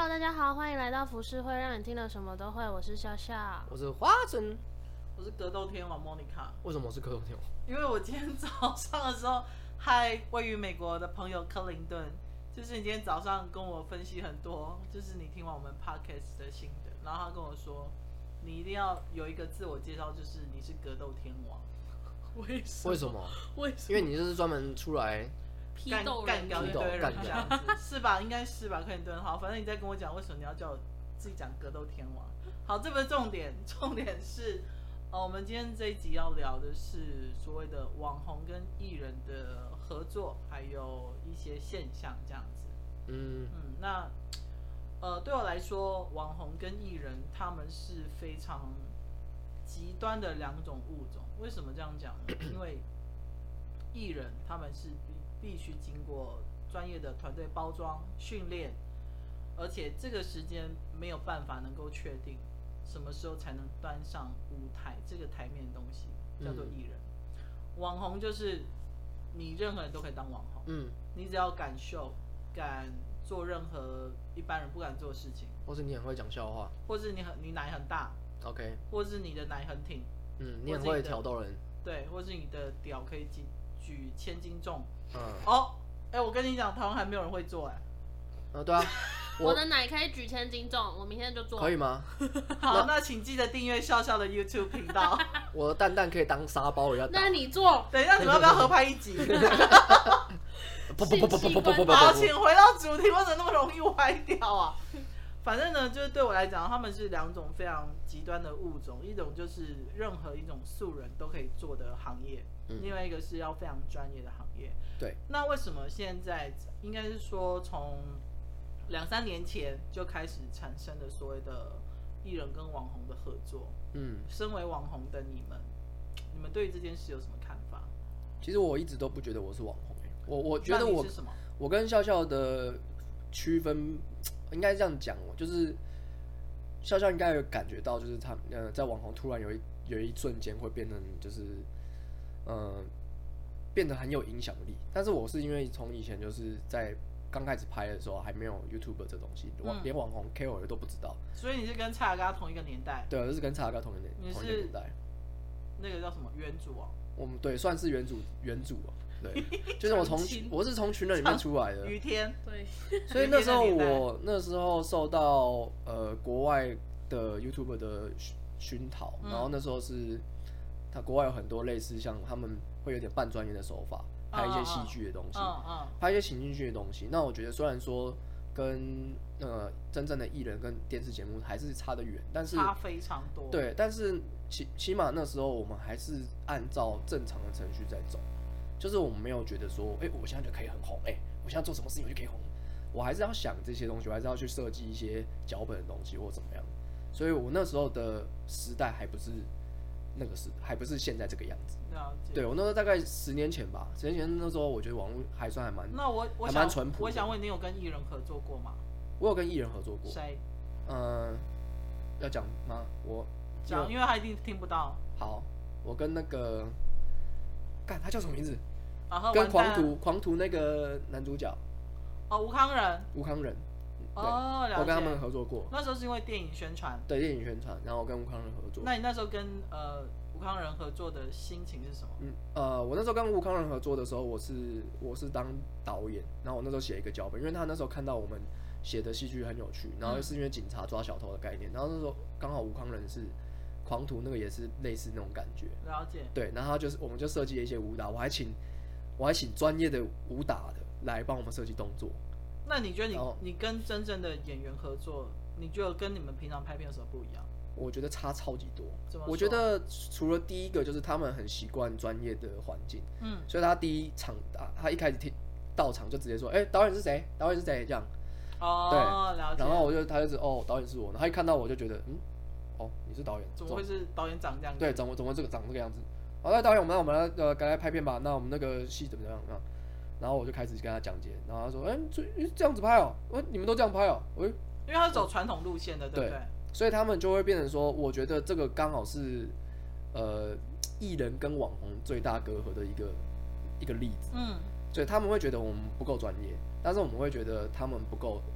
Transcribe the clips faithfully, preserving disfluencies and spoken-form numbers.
Hello， 大家好，欢迎来到服饰会，让你听了什么都会。我是笑笑， 我是花生， 我是格斗天王莫妮卡。 为什么我是格斗天王？ 因为我今天早上的时候，嗨，位于美国的朋友克林顿，就是你今天早上跟我分析很多，就是你听完我们 podcast 的心得，然后他跟我说，你一定要有一个自我介绍，就是你是格斗天王。 为什么？ 为什么？ 为什么？ 因为你就是专门出来批干斗人， 干掉一堆人干这样子，是吧？应该是吧？克林顿，好，反正你再跟我讲为什么你要叫我自己讲格斗天王。好，这不是重点，重点是，呃，我们今天这一集要聊的是所谓的网红跟艺人的合作，还有一些现象这样子。 嗯嗯，那呃，对我来说，网红跟艺人他们是非常极端的两种物种。为什么这样讲呢？因为艺人他们是必必须经过专业的团队包装训练，而且这个时间没有办法能够确定什么时候才能端上舞台，这个台面的东西叫做艺人。嗯、网红就是你任何人都可以当网红， 嗯， 你只要敢秀，敢做任何一般人不敢做的事情， 或是你很会讲笑话， 或是你很你奶很大 ，OK， 或是你的奶很挺， 嗯，你很会挑逗人， 对，或是你的屌可以举举千斤重， 嗯， 哦，哎、欸，我跟你讲，台湾还没有人会做哎、 欸，啊，对啊， 我, 我的奶可以举千斤重，我明天就做， 可以吗？ 好，那请记得订阅笑笑的 YouTube 频道。 我的蛋蛋可以当沙包一样打。 那你做？ 等一下，你们要不要合拍一集？ 不不不不不不不不不！ 好，请回到主题，为什么那么容易歪掉啊？反正呢，就是对我来讲，他们是两种非常极端的物种，一种就是任何一种素人都可以做的行业，嗯、另外一个是要非常专业的行业。 对。 那为什么现在应该是说从两三年前就开始产生的所谓的艺人跟网红的合作？嗯，身为网红的你们，你们对于这件事有什么看法？ 其实我一直都不觉得我是网红、欸，我我觉得我是什么？ 我跟笑笑的区分。应该这样讲，就是笑笑应该有感觉到，就是他呃在网红突然有一有一瞬间会变成就是呃变得很有影响力，但是我是因为从以前就是在刚开始拍的时候还没有 YouTube 这东西，嗯、连网红 K O L 都不知道， 所以你是跟蔡阿嘎同一个年代？ 对，就是跟蔡阿嘎同一个年同一个年代。 那个叫什么原主啊？ 我们对算是原主原主啊。对，就是我从我是从群人里面出来的， 于天对， 所以那时候我那时候受到呃国外的 YouTuber 的熏陶，嗯、然后那时候是他国外有很多类似像他们会有点半专业的手法，拍一些戏剧的东西， 嗯嗯、 拍一些情境剧的东西。那我觉得虽然说跟呃真正的艺人跟电视节目还是差得远，但是差非常多。 对，但是起起码那时候我们还是按照正常的程序在走。就是我们没有觉得说，哎、欸，我现在就可以很红，哎、欸，我现在做什么事情我就可以红，我还是要想这些东西，我还是要去设计一些脚本的东西或怎么样。所以我那时候的时代还不是那个时，还不是现在这个样子。对，我那时候大概十年前吧，十年前那时候我觉得网络还算还蛮， 那我我还蛮淳朴。 我想问你有跟艺人合作过吗？ 我有跟艺人合作过。 谁？ 嗯、呃，要讲吗？我讲，因为他一定听不到。 好，我跟那个，干他叫什么名字？ 啊、 跟狂徒狂徒那个男主角， 哦，吴康仁， 吴康仁， 哦，了解。 我跟他们合作过。 那时候是因为电影宣传， 对电影宣传，然后我跟吴康仁合作。 那你那时候跟呃吴康仁合作的心情是什么？ 嗯呃，我那时候跟吴康仁合作的时候，我是我是当导演，然后我那时候写一个脚本，因为他那时候看到我们写的戏剧很有趣，然后是因为警察抓小偷的概念，然后那时候刚好吴康仁是狂徒，那个也是类似那种感觉。 了解。 对，然后他就是我们就设计了一些武打，我还请。我还请专业的武打的来帮我们设计动作。 那你觉得你你跟真正的演员合作，你觉得跟你们平常拍片的时候不一样？ 我觉得差超级多。 怎么说？ 我觉得除了第一个就是他们很习惯专业的环境，嗯，所以他第一场他一开始到场就直接说，哎、欸，导演是谁？导演是谁？这样。 哦， 对， 了解。 然后我就他就是哦，导演是我，然后他一看到我就觉得，嗯，哦，你是导演？ 怎么会是导演长这样子？ 对，怎么怎么这个长这个样子？好，那导演，我们那我们来呃，该来拍片吧。那我们那个戏怎么样啊？然后我就开始跟他讲解，然后他说：“哎、欸，这样子拍哦、喔，你们都这样拍哦、喔。”哎， 因为他是走传统路线的，对不对？ 所以他们就会变成说，我觉得这个刚好是呃艺人跟网红最大隔阂的一个一个例子。嗯，所以他们会觉得我们不够专业，但是我们会觉得他们不够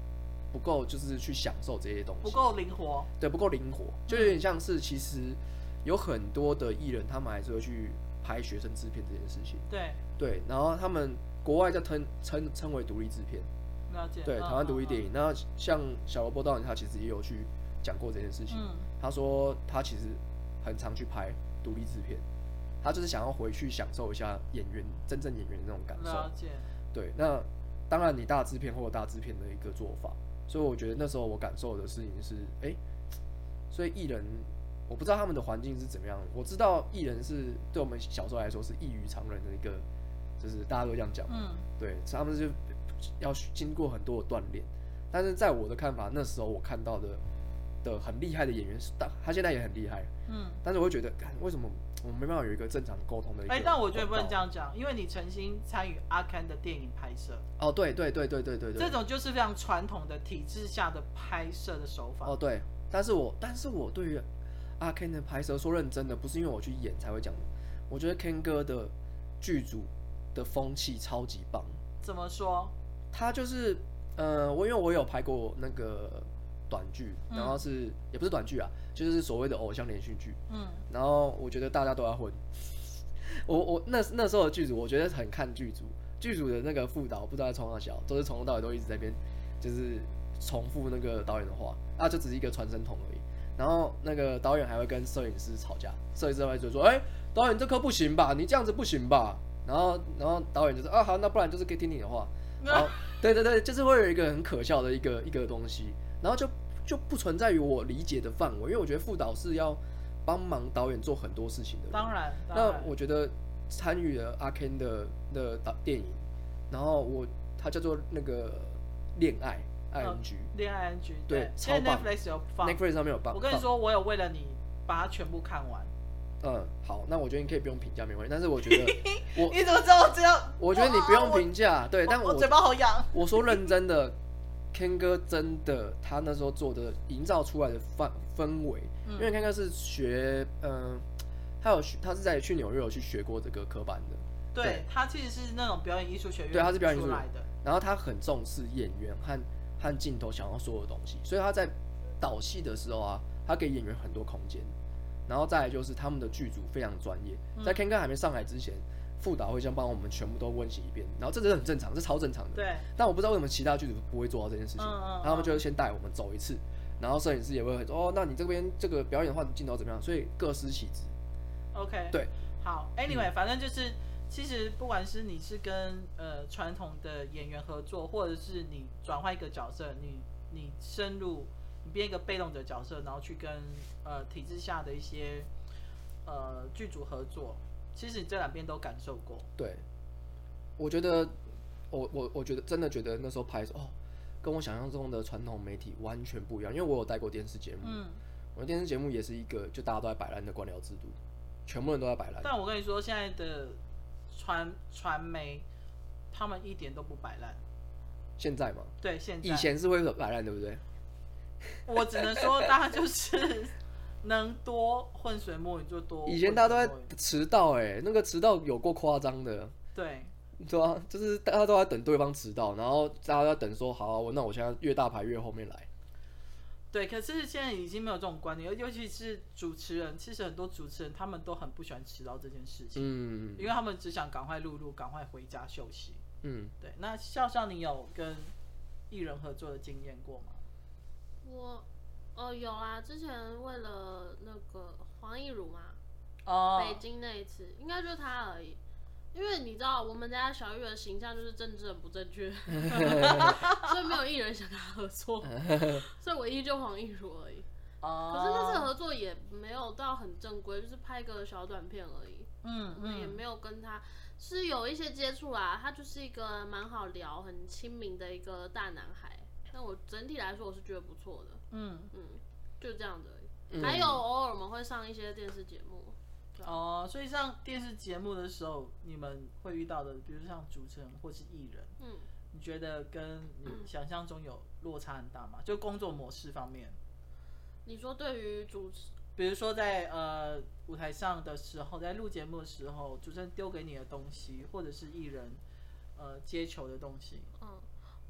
不够就是去享受这些东西， 不够灵活， 对，不够灵活，就有点像是其实有很多的艺人，他们还是会去拍学生制片这件事情， 对对，然后他们国外叫称称称为独立制片， 了解， 对，台湾独立电影。那像小萝卜导演，他其实也有去讲过这件事情。 嗯， 他说他其实很常去拍独立制片，他就是想要回去享受一下演员真正演员的那种感受。 了解。 对，那当然你大制片或者大制片的一个做法，所以我觉得那时候我感受的事情是，哎、欸，所以艺人。我不知道他们的环境是怎么样，我知道艺人是对我们小时候来说是异于常人的一个，就是大家都这样讲， 嗯， 对，他们是要经过很多的锻炼。但是在我的看法，那时候我看到的的很厉害的演员，他现在也很厉害，嗯，但是我会觉得，为什么我们没办法有一个正常沟通的一个？哎、 欸，但我觉得不能这样讲，因为你曾经参与阿甘的电影拍摄。 哦，对对对对对对对， 这种就是非常传统的体制下的拍摄的手法。 哦，对，但是我但是我对于阿 Ken 的拍摄，说认真的，不是因为我去演才会讲的。我觉得 Ken 哥的剧组的风气超级棒。 怎么说？ 他就是，呃，我因为我有拍过那个短剧，然后是、嗯、也不是短剧啊，就是所谓的偶像连续剧。嗯。然后我觉得大家都要混。我我那那时候的剧组，我觉得很看剧组，剧组的那个副导不知道在从哪小，都是从头到尾都一直在那边，就是重复那个导演的话，啊，就只是一个传声筒而已。然后那个导演还会跟摄影师吵架，摄影师会就说：“哎、欸，导演这颗不行吧？你这样子不行吧？”然后，然后导演就说：“啊，好，那不然就是可以听你的话。”然后，对对对，就是会有一个很可笑的一个一个东西，然后就就不存在于我理解的范围，因为我觉得副导是要帮忙导演做很多事情的。 当然，当然那我觉得参与了阿 Ken 的的电影，然后我他叫做那个恋爱。I N G 恋爱 I N G 对， 超棒 ，Netflix 有放 ，Netflix 上面有放。 我跟你说，我有为了你把它全部看完。 嗯，好，那我觉得你可以不用评价，没关系。但是我觉得我你怎么知道我这样？ 我觉得你不用评价，对，但我我嘴巴好痒。 我说认真的 ，Ken 哥真的，他那时候做的营造出来的氛氛围，嗯、因为 Ken 哥是学，嗯、呃，他有他是在去纽约有去学过这个科班的。 对，对他其实是那种表演艺术学院， 对，他是表演艺术来的。 然后他很重视演员和和镜头想要说的东西，所以他在导戏的时候啊，他给演员很多空间。然后再来就是他们的剧组非常专业，在 Ken 哥还没上来之前，副导会先帮我们全部都温习一遍，然后这是很正常，这超正常的。 对。 但我不知道为什么其他剧组不会做到这件事情，嗯嗯嗯他们就会先带我们走一次，然后摄影师也会说哦，那你这边这个表演的话，镜头怎么样？所以各司其职。 OK。 对。 好 ，Anyway，、嗯、反正就是。其实不管是你是跟呃传统的演员合作，或者是你转换一个角色，你你深入你变一个被动者角色，然后去跟呃体制下的一些呃剧组合作，其实你这两边都感受过。 对，我觉得我我我觉得真的觉得那时候拍哦，跟我想象中的传统媒体完全不一样，因为我有带过电视节目，嗯，我的电视节目也是一个就大家都在摆烂的官僚制度，全部人都在摆烂。 但我跟你说，现在的传传媒，他们一点都不摆烂。 现在吗？ 对，现在。 以前是会摆烂，对不对？ 我只能说，大家就是能多浑水摸鱼就多。 以前大家都在迟到、欸，哎，那个迟到有够夸张的。 对。 对啊，就是大家都在等对方迟到，然后大家都在等说，好、啊，我那我现在越大牌越后面来。 对，可是现在已经没有这种观念，尤其是主持人，其实很多主持人他们都很不喜欢迟到这件事情，嗯，因为他们只想赶快录录，赶快回家休息，嗯，对。那笑笑，你有跟艺人合作的经验过吗？ 我，哦，有啊，之前为了那个黄义儒嘛， 哦， 北京那一次，应该就是他而已。因为你知道我们家小玉的形象就是政治很不正确，所以没有艺人想跟他合作，所以唯一就黄义儒而已。 哦、 可是那次合作也没有到很正规，就是拍个小短片而已。 嗯嗯， 也没有跟他是有一些接触啦。他就是一个蛮好聊、很亲民的一个大男孩。但我整体来说我是觉得不错的。 嗯嗯，就这样的而已。嗯、还有偶尔我们会上一些电视节目。 哦，所以上电视节目的时候，你们会遇到的，比如像主持人或是艺人， 嗯， 你觉得跟你想象中有落差很大吗？就工作模式方面， 你说对于主持， 比如说在呃舞台上的时候，在录节目的时候，主持人丢给你的东西，或者是艺人呃接球的东西， 嗯，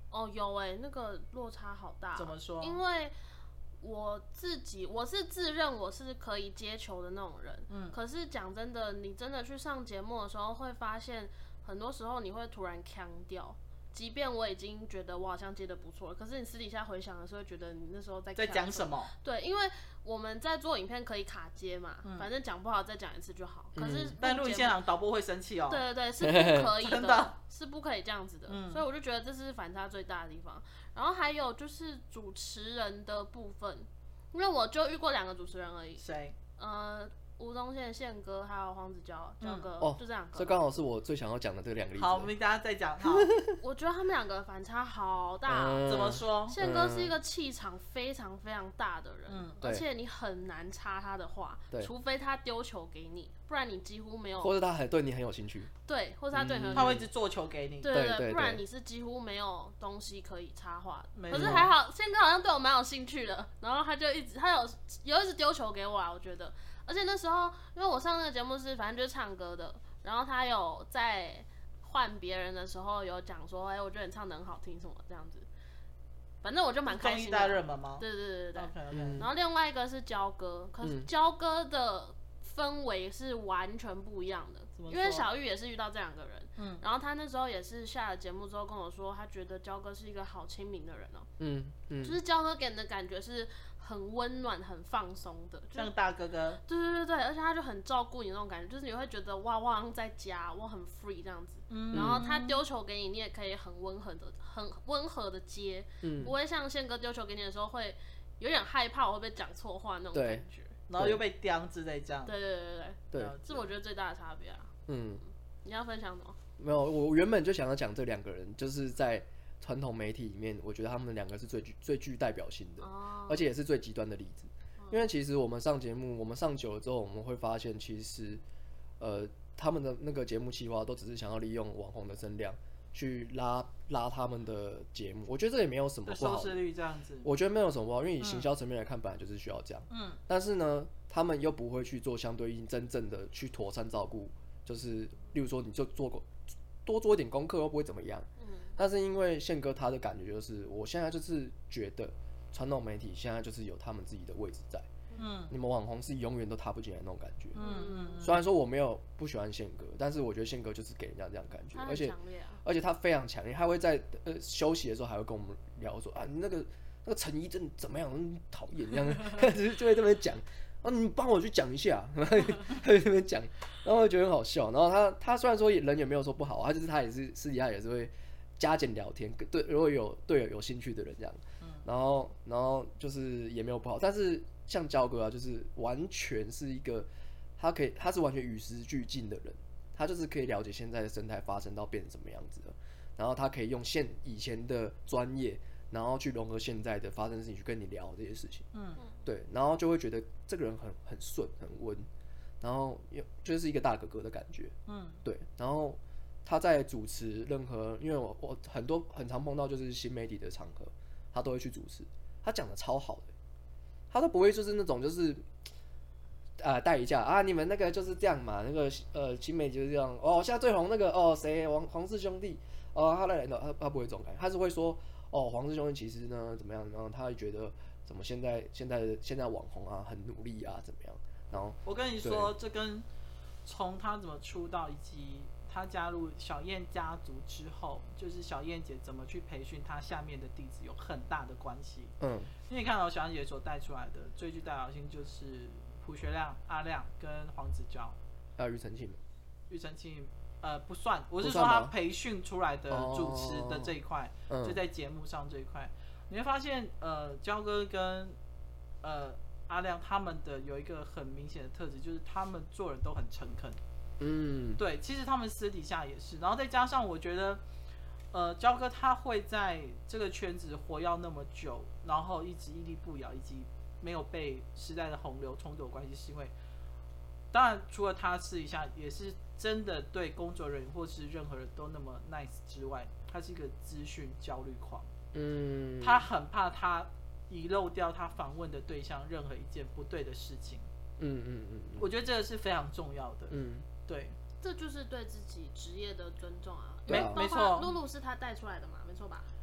哦，有哎、欸，那个落差好大。 怎么说？ 因为我自己我是自认我是可以接球的那种人，嗯，可是讲真的，你真的去上节目的时候，会发现很多时候你会突然呛掉。即便我已经觉得我好像接的不错了，可是你私底下回想的时候，会觉得你那时候在在讲什么？ 对，因为我们在做影片可以卡接嘛，嗯、反正讲不好再讲一次就好。可是、 嗯，但录影现场导播会生气哦。 对对对，是不可以的， 真的是不可以这样子的、 嗯。 所以我就觉得这是反差最大的地方。然后还有就是主持人的部分，因为我就遇过两个主持人而已。 谁？ 呃。吴宗宪宪哥还有黄子佼佼哥、 嗯， 就这两个。 这刚好是我最想要讲的这两个例子。 好，我们大家再讲。好， 我觉得他们两个反差好大、哦嗯。怎么说？ 宪哥是一个气场非常非常大的人， 嗯、 而且你很难插他的话，除非他丢球给你，不然你几乎没有。 或者他很对你很有兴趣。 对，或者他对你很有兴趣、嗯， 他会一直做球给你。 对对对, 对, 对， 不然你是几乎没有东西可以插话的。可是还好，宪哥好像对我蛮有兴趣的，然后他就一直他有有一直丢球给我啊，我觉得。而且那时候，因为我上那个节目是反正就是唱歌的，然后他有在换别人的时候有讲说，哎、欸，我觉得你唱得很好听什么这样子，反正我就蛮开心的。 综艺大热门吗？ 对对对对对。 Okay, okay. 嗯、然后另外一个是佼哥，可是佼哥的氛围是完全不一样的，因为小玉也是遇到这两个人。嗯，然后他那时候也是下了节目之后跟我说，他觉得佼哥是一个好亲民的人哦、喔。嗯嗯，就是佼哥给人的感觉是很温暖、很放松的， 像大哥哥。 对对对对，而且他就很照顾你那种感觉，就是你会觉得哇，我好像在家，我很 free 这样子。嗯，然后他丢球给你，你也可以很温和的、很温和的接，嗯，不会像宪哥丢球给你的时候会有点害怕我会不会讲错话那种感觉， 然后又被刁之类这样。 对对对对对， 这是我觉得最大的差别啊。嗯，你要分享什么？ 没有，我原本就想要讲这两个人，就是在传统媒体里面，我觉得他们两个是最具最具代表性的，哦、而且也是最极端的例子。哦、因为其实我们上节目，我们上久了之后，我们会发现，其实呃，他们的那个节目企划都只是想要利用网红的声量去拉拉他们的节目。我觉得这也没有什么不好， 收视率这样子， 我觉得没有什么不好，因为以行销层面来看，本来就是需要这样。嗯，但是呢，他们又不会去做相对应真正的去妥善照顾，就是例如说，你就做过。多做一点功课又不会怎么样，嗯，但是因为宪哥他的感觉就是，我现在就是觉得传统媒体现在就是有他们自己的位置在，嗯，你们网红是永远都踏不进来那种感觉，嗯嗯。虽然说我没有不喜欢宪哥，但是我觉得宪哥就是给人家这样感觉，而且而且他非常强烈，他会在呃休息的时候还会跟我们聊说啊，你那个那个陈怡真的怎么样，讨厌这样，只是就会这么讲。啊，你帮我去讲一下，他在那边讲，然后我觉得很好笑。然后他他虽然说人也没有说不好，他就是他也是私底下也是会加减聊天，对，如果有对有有兴趣的人这样，然后然后就是也没有不好。但是像佼哥啊，就是完全是一个他可以他是完全与时俱进的人，他就是可以了解现在的生态发生到变成什么样子的，然后他可以用现以前的专业。然后去融合现在的发生的事情，去跟你聊这些事情，嗯，对，然后就会觉得这个人很很顺很温，然后就是一个大哥哥的感觉，嗯，对，然后他在主持任何，因为我我很多很常碰到就是新媒体的场合，他都会去主持，他讲的超好的，他都不会就是那种就是呃带一下啊，你们那个就是这样嘛，那个呃新媒体就是这样，哦，现在最红那个哦谁王黄氏兄弟，哦他来他他不会这种感觉，他是会说。哦，黄氏兄弟其实呢怎么样？然后他会觉得怎么现在现在的现在网红啊很努力啊怎么样？然后我跟你说，这跟从他怎么出道以及他加入小燕家族之后，就是小燕姐怎么去培训他下面的弟子有很大的关系。嗯，因为你看到小燕姐所带出来的最具代表性就是朴学亮、阿亮跟黄子佼， 还有庾澄庆。 庾澄庆。呃，不算，我是说他培训出来的主持的这一块，哦、就在节目上这一块，嗯、你会发现，呃，佼哥跟呃阿亮他们的有一个很明显的特质，就是他们做人都很诚恳。嗯，对，其实他们私底下也是，然后再加上我觉得，呃，佼哥他会在这个圈子活跃那么久，然后一直屹立不摇，以及没有被时代的洪流冲走的关系，是因为。当然，除了他私底下也是真的对工作人员或是任何人都那么 nice 之外，他是一个资讯焦虑狂。嗯，他很怕他遗漏掉他访问的对象任何一件不对的事情。嗯嗯嗯，我觉得这个是非常重要的。嗯，对， 这就是对自己职业的尊重啊。 没没错， 露露是他带出来的嘛，没错吧？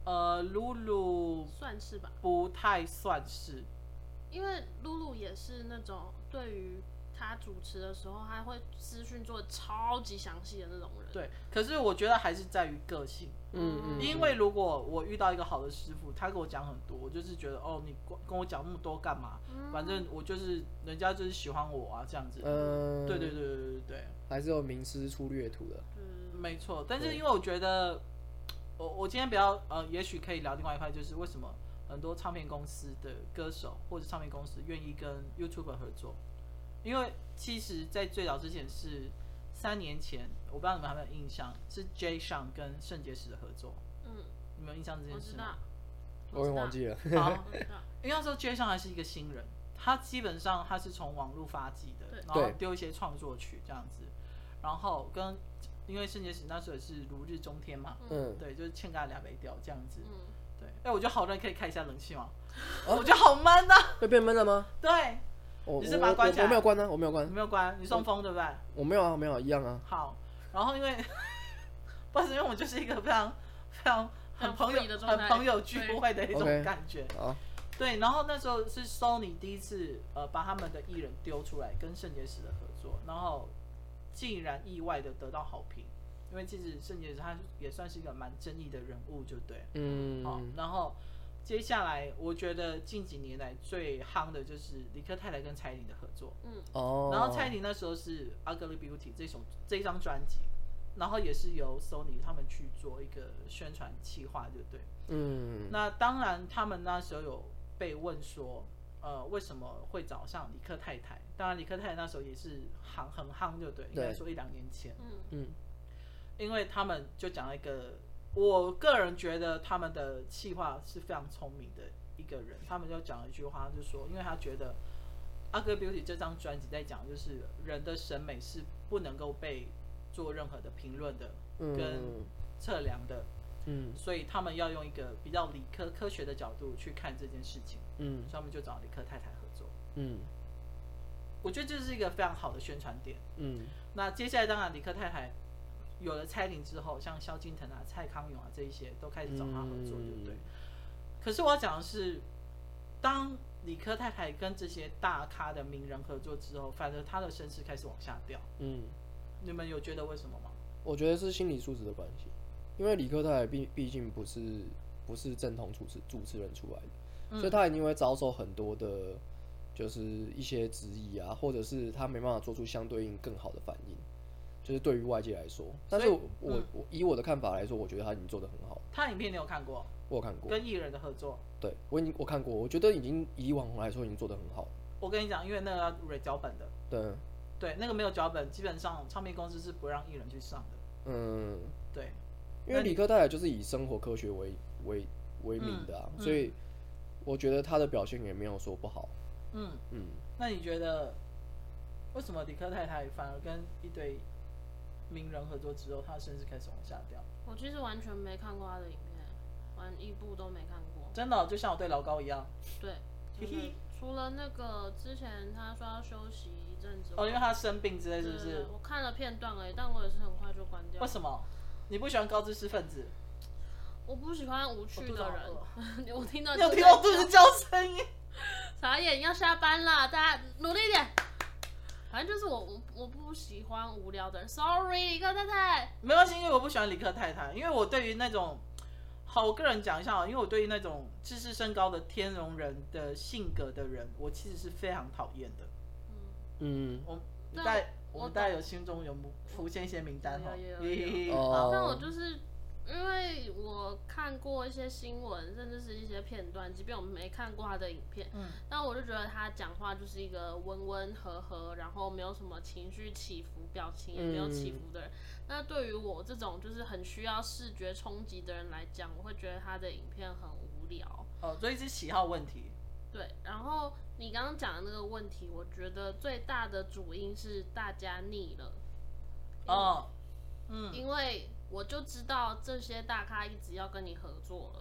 呃，露露算是吧， 不太算是， 因为露露也是那种对于他主持的时候，他会资讯做的超级详细的那种人。 对，可是我觉得还是在于个性。 嗯嗯， 因为如果我遇到一个好的师傅，他跟我讲很多，我就是觉得哦，你跟我讲那么多干嘛？嗯、反正我就是人家就是喜欢我啊，这样子。嗯，对对对对对对， 还是有名师出略图的。 嗯，没错。但是因为我觉得，我我今天比较呃，也许可以聊另外一块，就是为什么很多唱片公司的歌手或者唱片公司愿意跟 YouTuber 合作？因为其实，在最早之前是三年前，我不知道你们有没有印象，是 Jay Sean 跟圣结石的合作。嗯，你们有印象这件事吗？ 我已经忘记了。 好，因为那时候 Jay Sean 还是一个新人，他基本上他是从网络发迹的，然后丢一些创作曲这样子，然后跟因为圣结石那时候也是如日中天嘛，嗯，对，就是欠嘎两杯调这样子。嗯，对，哎，我觉得好热，可以开一下冷气吗？我觉得好闷啊！ 会变闷了吗？ 对。你是把它关起来？ 我没有关啊，我没有关。 你没有关，你送风对不对？ 我没有啊，没有一样啊。 好，然后因为，不好意思，因为我就是一个非常非常很朋友、很朋友聚会的一种感觉。好。对，然后那时候是 Sony 第一次呃把他们的艺人丢出来跟圣结石的合作，然后竟然意外的得到好评，因为其实圣结石他也算是一个蛮争议的人物，就对。嗯。好，然后。接下来，我觉得近几年来最夯的就是理科太太跟蔡依林的合作。嗯，哦。然后蔡依林那时候是《Ugly Beauty》这首这一张专辑，然后也是由 Sony 他们去做一个宣传企划，对不对？嗯。那当然，他们那时候有被问说，呃，为什么会找上理科太太？当然，理科太太那时候也是夯很夯，对不对？应该说一两年前。嗯嗯。因为他们就讲了一个。我个人觉得他们的企划是非常聪明的一个人，他们就讲了一句话，就是说，因为他觉得《Ugly Beauty》这张专辑在讲，就是人的审美是不能够被做任何的评论的，跟测量的，嗯，所以他们要用一个比较理科科学的角度去看这件事情，嗯，所以他们就找理科太太合作，嗯，我觉得这是一个非常好的宣传点，嗯，那接下来当然理科太太。有了蔡依林之后，像萧敬腾啊、蔡康永啊这一些都开始找他合作，对不对？嗯、可是我要讲的是，当理科太太跟这些大咖的名人合作之后，反而他的声势开始往下掉。嗯，你们有觉得为什么吗？ 我觉得是心理素质的关系，因为理科太太毕毕竟不是不是正统主持主持人出来的，嗯、所以他一定会遭受很多的，就是一些质疑啊，或者是他没办法做出相对应更好的反应。就是对于外界来说，但是我、嗯、我以我的看法来说，我觉得他已经做得很好。 他影片你有看过？ 我有看过。 跟艺人的合作？ 对，我已经我看过，我觉得已经以网红来说已经做得很好。 我跟你讲，因为那个要 re 脚本的。 对。 对，那个没有脚本，基本上唱片公司是不让艺人去上的。嗯。对。 因为理科太太就是以生活科学为为为名的啊，嗯嗯、所以我觉得他的表现也没有说不好。 嗯嗯。那你觉得为什么理科太太反而跟一堆名人合作之后，他的声势开始往下掉？ 我其实完全没看过他的影片，完一部都没看过。 真的、哦，就像我对老高一样。 对，除了那个之前他说要休息一阵子。 哦，因为他生病之类，是不是？ 我看了片段而已，但我也是很快就关掉。 为什么？你不喜欢高知识分子？ 我不喜欢无趣的人。我听到你有听到肚子叫声音？ 傻眼，要下班啦，大家努力一点。反正就是我我我不喜欢无聊的人 ，sorry， 理科太太。 没关系，因为我不喜欢理科太太，因为我对于那种，好，我个人讲一下啊，因为我对于那种知识升高的天龙人的性格的人，我其实是非常讨厌的。嗯，我大概我们大概有心中有浮现一些名单哈。 但我就是。因为我看过一些新闻，甚至是一些片段，即便我没看过他的影片，嗯，但我就觉得他讲话就是一个温温和和，然后没有什么情绪起伏，表情也没有起伏的人。嗯、那对于我这种就是很需要视觉冲击的人来讲，我会觉得他的影片很无聊。 哦，所以是喜好问题。 对，然后你刚刚讲的那个问题，我觉得最大的主因是大家腻了。哦，嗯，因为。我就知道这些大咖一直要跟你合作了，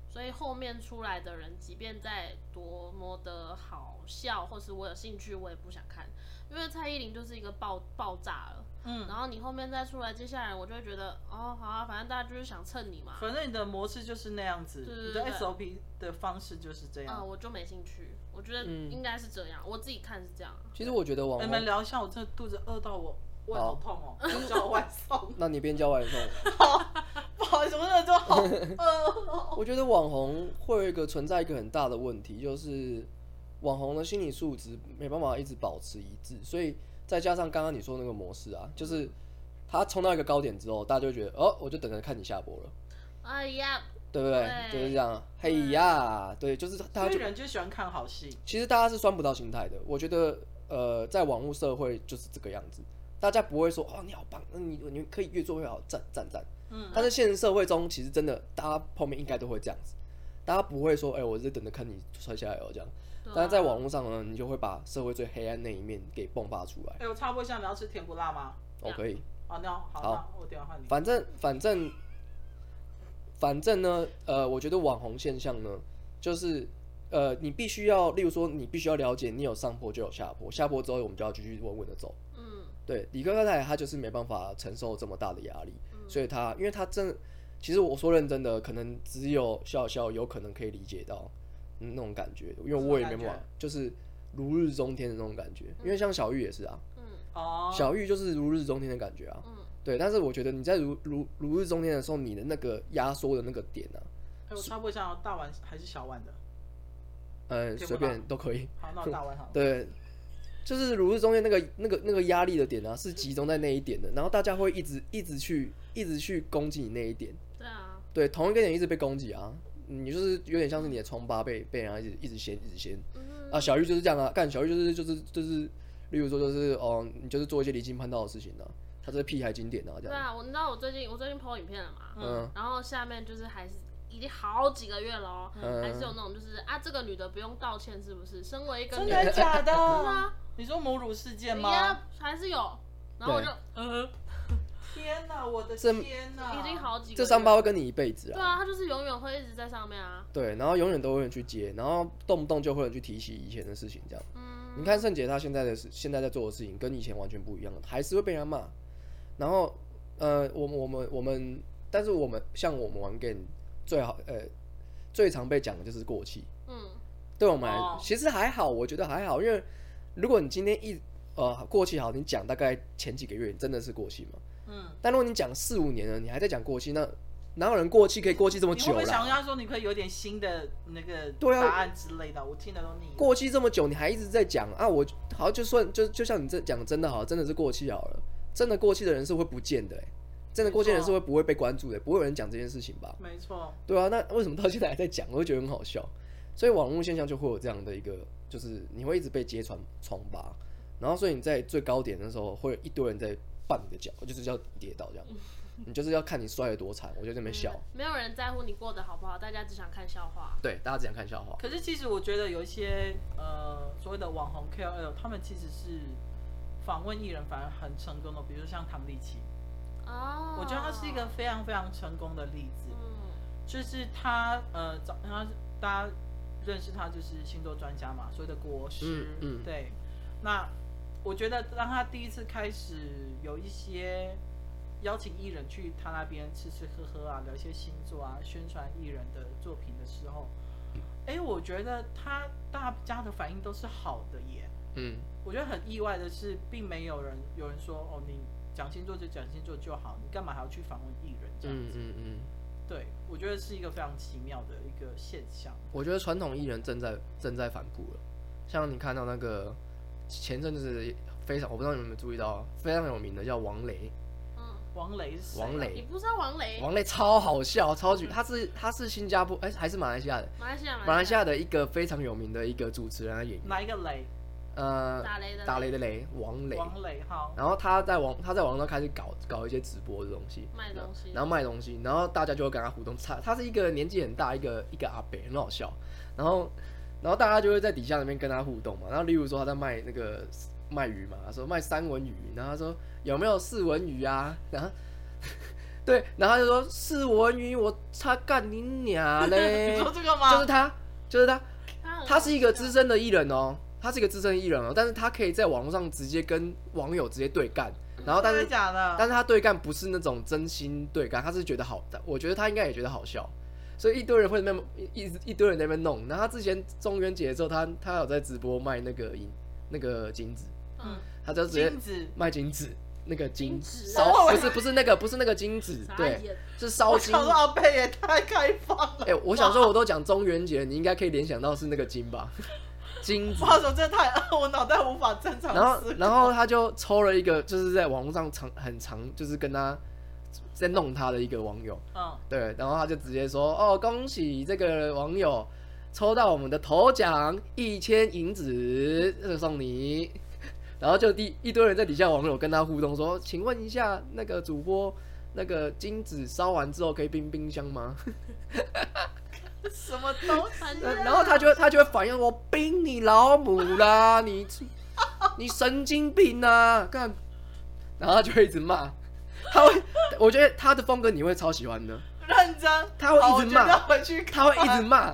所以后面出来的人，即便再多么的好笑，或是我有兴趣，我也不想看，因为蔡依林就是一个爆爆炸了。嗯，然后你后面再出来，接下来我就会觉得，哦，好啊，反正大家就是想蹭你嘛。 反正你的模式就是那样子， 对对对你的 S O P 的方式就是这样。 啊、呃，我就没兴趣。我觉得应该是这样，嗯、我自己看是这样。 其实我觉得网红， 你们聊一下，我真的肚子饿到我胃好痛哦，要叫外送。 那你边叫外送。 好，不好意思，我真的就好饿。 我觉得网红会有一个存在一个很大的问题，就是网红的心理素质没办法一直保持一致，所以再加上刚刚你说那个模式啊，就是他冲到一个高点之后，大家就会觉得哦，我就等着看你下播了。 哎呀。 对不对？对就是这样。嘿呀，对，就是大家就。 所以人就喜欢看好戏。 其实大家是酸不到心态的。我觉得，呃，在网络社会就是这个样子，大家不会说哦你好棒，你你可以越做越好，赞赞赞。嗯。但是现实社会中，其实真的大家后面应该都会这样子，大家不会说，哎、欸，我是等着看你摔下来哦这样。啊、但是在网络上呢，你就会把社会最黑暗那一面给迸发出来。 哎、欸，我插播一下，你要吃甜不辣吗？ 哦，可以。 好，你要好，好我等下换你。 反正反正。反正呢，呃，我觉得网红现象呢，就是，呃，你必须要，例如说，你必须要了解，你有上坡就有下坡，下坡之后我们就要继续稳稳的走。嗯，对，理科太太他就是没办法承受这么大的压力，嗯、所以他，因为他真，其实我说认真的，可能只有笑笑有可能可以理解到、嗯、那种感觉，因为我也没办法，就是如日中天的那种感觉，因为像小玉也是啊，嗯，哦，小玉就是如日中天的感觉啊。嗯对，但是我觉得你在如如如日中天的时候，你的那个压缩的那个点啊， 欸、我插播一下，大碗还是小碗的？ 呃，随便都可以。 好，那我大碗好。 对，就是如日中天那个那个那个压力的点啊，是集中在那一点的，然后大家会一直一直去一直去攻击你那一点。 对啊。 对，同一个点一直被攻击啊，你就是有点像是你的疮疤被被人家一直一直掀一直掀。嗯、啊，小玉就是这样啊，干小玉就是就是就是，例如说就是哦，你就是做一些离经叛道的事情啊。他这屁孩经典啊，这样。 对啊，我你知道我最近我最近 po 影片了嘛，嗯，然后下面就是还是已经好几个月了哦，嗯、还是有那种就是啊，这个女的不用道歉是不是？身为一个真的假的？啊，你说母乳事件吗？ 呀，还是有，然后我就嗯， 天哪，我的天哪， 已经好几个月， 这伤疤会跟你一辈子啊。 对啊，他就是永远会一直在上面啊。 对，然后永远都会有人去接，然后动不动就会有人去提起以前的事情，这样。嗯，你看圣杰他现在的现在在做的事情跟以前完全不一样了，还是会被人家骂。然后，呃，我们我们我们，但是我们像我们玩 game 最好，呃，最常被讲的就是过气。嗯，对我们来，哦、其实还好，我觉得还好，因为如果你今天一呃过气好，你讲大概前几个月真的是过气嘛。嗯。但如果你讲四五年了，你还在讲过气，那哪有人过气可以过气这么久啦？ 你会不会想要说你可以有点新的那个答案之类的？啊、我听得都腻。 过气这么久，你还一直在讲啊？我好就算就就像你这讲真的好，真的是过气好了。真的过气的人是会不见的、欸，真的过气的人是会不会被关注的、欸，不会有人讲这件事情吧？ 没错。对啊，那为什么到现在还在讲？我会觉得很好笑。所以网络现象就会有这样的一个，就是你会一直被揭穿疮疤，然后所以你在最高点的时候，会有一堆人在绊你的脚，就是要跌倒这样。你就是要看你摔得多惨，我就在那边笑、嗯。 没有人在乎你过得好不好，大家只想看笑话。 对，大家只想看笑话。 可是其实我觉得有一些呃所谓的网红 K O L， 他们其实是。访问艺人反而很成功的，比如像唐立淇，哦，我觉得他是一个非常非常成功的例子。嗯，就是他呃，早他大家认识他就是星座专家嘛，所谓的国师。嗯嗯、对。那我觉得当他第一次开始有一些邀请艺人去他那边吃吃喝喝啊，聊一些星座啊，宣传艺人的作品的时候，哎、欸，我觉得他大家的反应都是好的耶。嗯，我觉得很意外的是，并没有人有人说哦，你讲星座就讲星座就好，你干嘛还要去访问艺人这样子？嗯嗯嗯，对，我觉得是一个非常奇妙的一个现象。 我觉得传统艺人正在正在反扑了，像你看到那个前阵子非常，我不知道你们有没有注意到，非常有名的叫王雷。 嗯，王雷是谁？ 王雷， 你不知道王雷？ 王雷超好笑，超级，他是他是新加坡哎、欸、还是马来西亚的？ 马来西亚马来西亚的一个非常有名的一个主持人和演员。 哪一个雷？ 呃， 打雷的雷， 打雷的雷，王雷。 王雷好。 然后他在网他在网上开始搞搞一些直播的东西， 卖东西， 然后卖东西，然后大家就会跟他互动。他他是一个年纪很大一个一个阿伯，很好笑。然后然后大家就会在底下那边跟他互动嘛。然后例如说他在卖那个卖鱼嘛，他说卖三文鱼，然后他说有没有四文鱼啊？然后对，然后他就说是文鱼，我他干你娘嘞！ 你说这个吗？ 就是他，就是他， 他他是一个资深的艺人哦，他是一个资深的艺人哦，但是他可以在网络上直接跟网友直接对干，然后但是真的假的？ 但是他对干不是那种真心对干，他是觉得好，我觉得他应该也觉得好笑，所以一堆人会在那边一一堆人在那边弄。然后他之前中元节的时候，他他有在直播卖那个银那个金子，嗯，他就直接卖金子。那个金烧不是不是那个不是那个金子，对，是烧金。 我想说阿贝也太开放了。 哎、欸，我想说我都讲中元节，你应该可以联想到是那个金吧？金子。 话说真的太，我脑袋无法正常。 然后然后他就抽了一个，就是在网络上长很长，就是跟他在弄他的一个网友，嗯，对，然后他就直接说，哦，恭喜这个网友抽到我们的头奖一千银子，送你。然后就一一堆人在底下网友跟他互动说，请问一下那个主播，那个金子烧完之后可以冰冰箱吗？ 什么东西、啊？ 然后他就他就会反应我冰你老母啦，你你神经病啊！干，然后他就会一直骂，他会，我觉得他的风格你会超喜欢的， 认真， 他会一直骂，他会一直骂。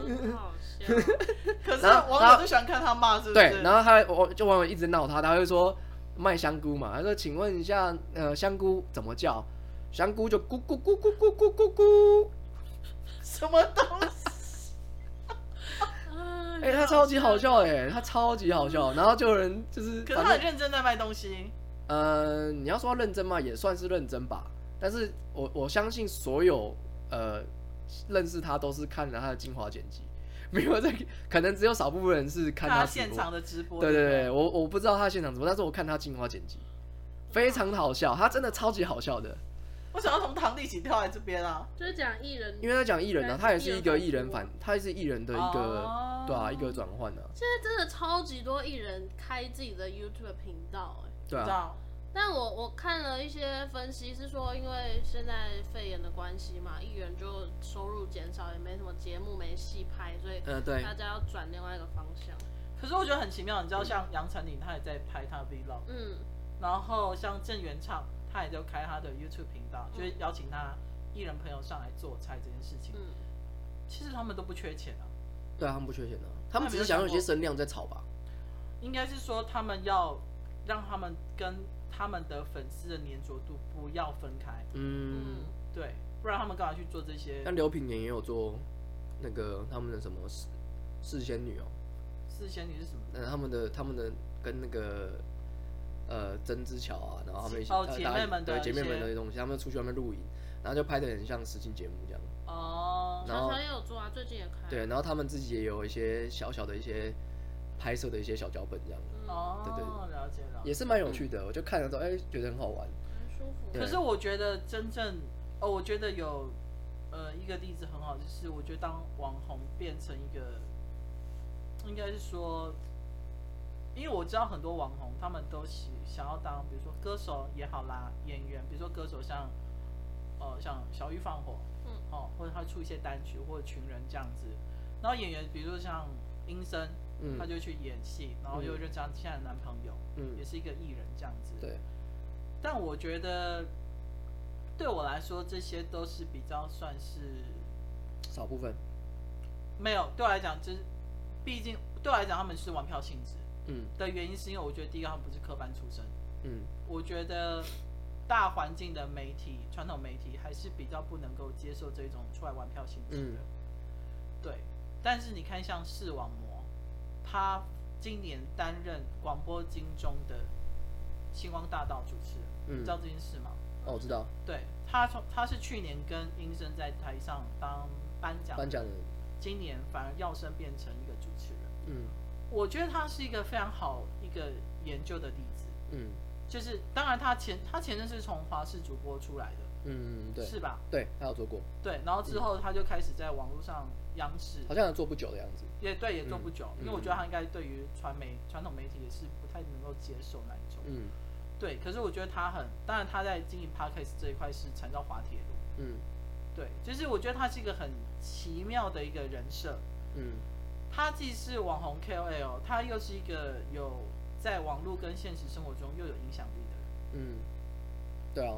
可是网友就喜欢看他骂，是不是？ 对，然后他我就网友一直闹他，他会说卖香菇嘛，他说请问一下，呃，香菇怎么叫？香菇就咕咕咕咕咕咕咕咕， 什么东西？ 哎、欸，他超级好笑哎、欸，他超级好笑，然后就有人就是， 可是他很认真在卖东西。 呃，你要说认真嘛，也算是认真吧，但是我我相信所有呃认识他都是看了他的精华剪辑。没有在，可能只有少部分人是看 他, 他现场的直播。 对对对，我我不知道他现场直播，但是我看他精华剪辑，非常好笑，他真的超级好笑的。 为什么要从堂弟一起跳来这边啊？ 就是讲艺人， 因为他讲艺人啊，他也是一个艺人反，他也是艺人的一个、哦、对啊一个转换啊。 现在真的超级多艺人开自己的 YouTube 频道哎、 欸，对啊。 但我我看了一些分析，是说因为现在肺炎的关系嘛，艺人就收入减少，也没什么节目没戏拍，所以大家要转另外一个方向。 呃、可是我觉得很奇妙，你知道像杨丞琳他也在拍他的 Vlog， 嗯，然后像郑元畅他也就开他的 YouTube 频道，嗯、就是邀请他艺人朋友上来做菜这件事情。嗯，其实他们都不缺钱啊。 对啊，他们不缺钱啊，他们只是想要有些声量在炒吧。 应该是说他们要让他们跟他们的粉丝的粘着度不要分开，嗯，对，不然他们干嘛去做这些？ 像刘品言也有做那个他们的什么四仙女哦、喔， 四仙女是什么？ 嗯，他们的他们的跟那个呃曾之乔啊，然后他们一起哦姐妹们的对姐妹们的东西，他们出去外面录影，然后就拍得很像实境节目这样。 哦，小乔也有做啊，最近也开。 对，然后他们自己也有一些小小的一些拍摄的一些小脚本这样。 哦，对对对，了解了， 也是蛮有趣的，我就看了之后，哎、欸，觉得很好玩， 很舒服。 可是我觉得真正，哦，我觉得有，呃，一个例子很好，就是我觉得当网红变成一个，应该是说，因为我知道很多网红他们都喜想要当，比如说歌手也好啦，演员，比如说歌手像，呃，像小玉放火，嗯，哦，或者他出一些单曲或者群人这样子，然后演员，比如说像殷森。嗯、他就去演戏，然后又认识他现在的男朋友，嗯，也是一个艺人这样子。 对。 但我觉得，对我来说，这些都是比较算是少部分。 没有，对我来讲，就是毕竟对我来讲，他们是玩票性质。嗯。的原因是因为我觉得第一个他们不是科班出身。嗯。我觉得大环境的媒体、传统媒体还是比较不能够接受这种出来玩票性质的。嗯。对。但是你看，像视网膜。他今年担任广播金钟的星光大道主持人，嗯、你知道这件事吗？ 哦，我知道。 对，他从他是去年跟殷森在台上当颁奖颁奖人， 今年反而跃升变成一个主持人。嗯，我觉得他是一个非常好一个研究的例子。嗯，就是当然他前他前阵是从华视主播出来的。 嗯，对， 是吧？ 对，他有做过。 对，然后之后他就开始在网络上央视， 好像也做不久的样子。 也对，也做不久，嗯、因为我觉得他应该对于传媒传统媒体也是不太能够接受那一种。嗯，对。可是我觉得他很，当然他在经营 podcast 这一块是缠到滑铁卢。嗯，对，就是我觉得他是一个很奇妙的一个人设。嗯，他既是网红 K O L， 他又是一个有在网络跟现实生活中又有影响力的人。 嗯，对啊。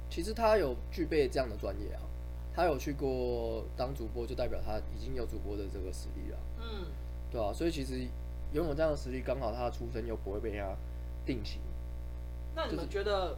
其实他有具备这样的专业啊，他有去过当主播，就代表他已经有主播的这个实力了。嗯，对啊，所以其实拥有这样的实力，刚好他的出身又不会被人家定型。 那你们觉得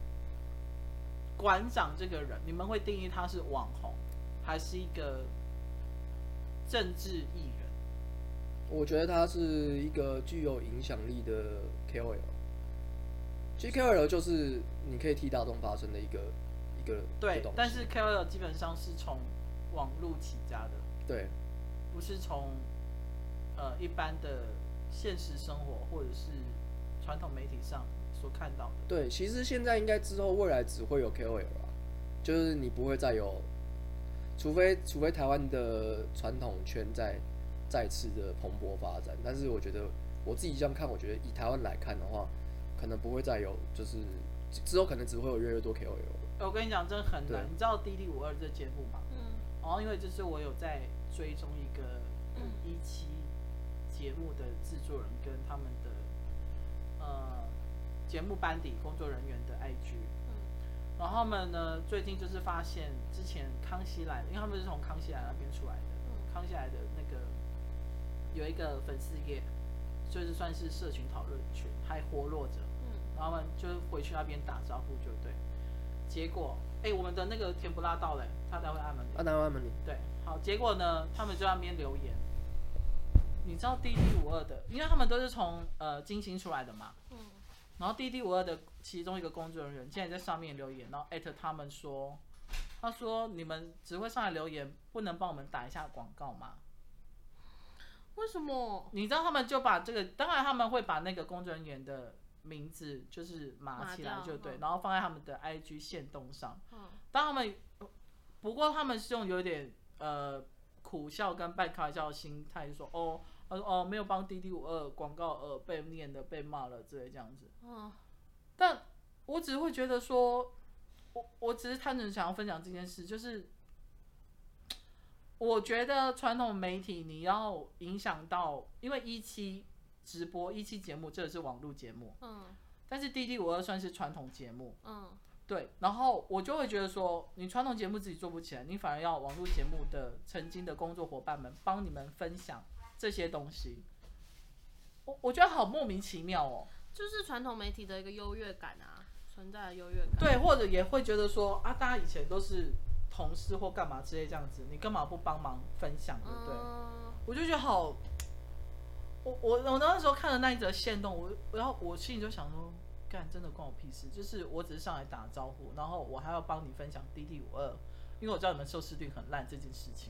馆长这个人，你们会定义他是网红，还是一个政治艺人？ 我觉得他是一个具有影响力的 K O L。其实 K O L 就是你可以替大众发声的一个一个对，但是 K O L 基本上是从网络起家的， 对， 不是从呃一般的现实生活或者是传统媒体上所看到的。 对，其实现在应该之后未来只会有 K O L 啦，就是你不会再有，除非除非台湾的传统圈在再次的蓬勃发展，但是我觉得我自己这样看，我觉得以台湾来看的话。可能不会再有，就是之后可能只会有越来越多 K O L。 我跟你讲，真的很难。你知道《滴滴五二》这节目吗？嗯。然后因为就是我有在追踪一个一期节目的制作人跟他们的呃节目班底工作人员的 I G。嗯。然后他们呢，最近就是发现之前康熙来了，因为他们是从康熙来那边出来的。嗯。康熙来的那个有一个粉丝页。就是算是社群讨论群，还活络着，嗯，然后他们就回去那边打招呼，就对。结果，哎、欸，我们的那个甜不辣到嘞，他待会按门铃， 他待会按门铃。 对，好，结果呢，他们就在那边留言。你知道滴滴五二的，因为他们都是从呃金星出来的嘛，嗯，然后滴滴五二的其中一个工作人员竟然在上面留言，然后艾特他们说，他说你们只会上来留言，不能帮我们打一下广告吗？ 为什么？ 你知道他们就把这个，当然他们会把那个工作人员的名字就是码起来，就对，嗯、然后放在他们的 I G 限动上。嗯，当他们，不过他们是用有点呃苦笑跟半开玩笑的心态说，哦，他说哦没有帮滴滴五二广告呃被念的被骂了之类这样子。嗯，但我只会觉得说，我我只是单纯想要分享这件事，就是。我觉得传统媒体你要影响到，因为一期直播一期节目这个是网络节目，嗯，但是滴滴五二算是传统节目，嗯，对，然后我就会觉得说，你传统节目自己做不起来，你反而要网络节目的曾经的工作伙伴们帮你们分享这些东西，我我觉得好莫名其妙哦， 就是传统媒体的一个优越感啊，存在的优越感， 对，或者也会觉得说啊，大家以前都是。同事或干嘛之类这样子，你干嘛不帮忙分享，对不对？嗯、我就觉得好，我我我那时候看了那一则限动，我然后我心里就想说，干真的关我屁事，就是我只是上来打招呼，然后我还要帮你分享滴滴五二，因为我知道你们收视率很烂这件事情。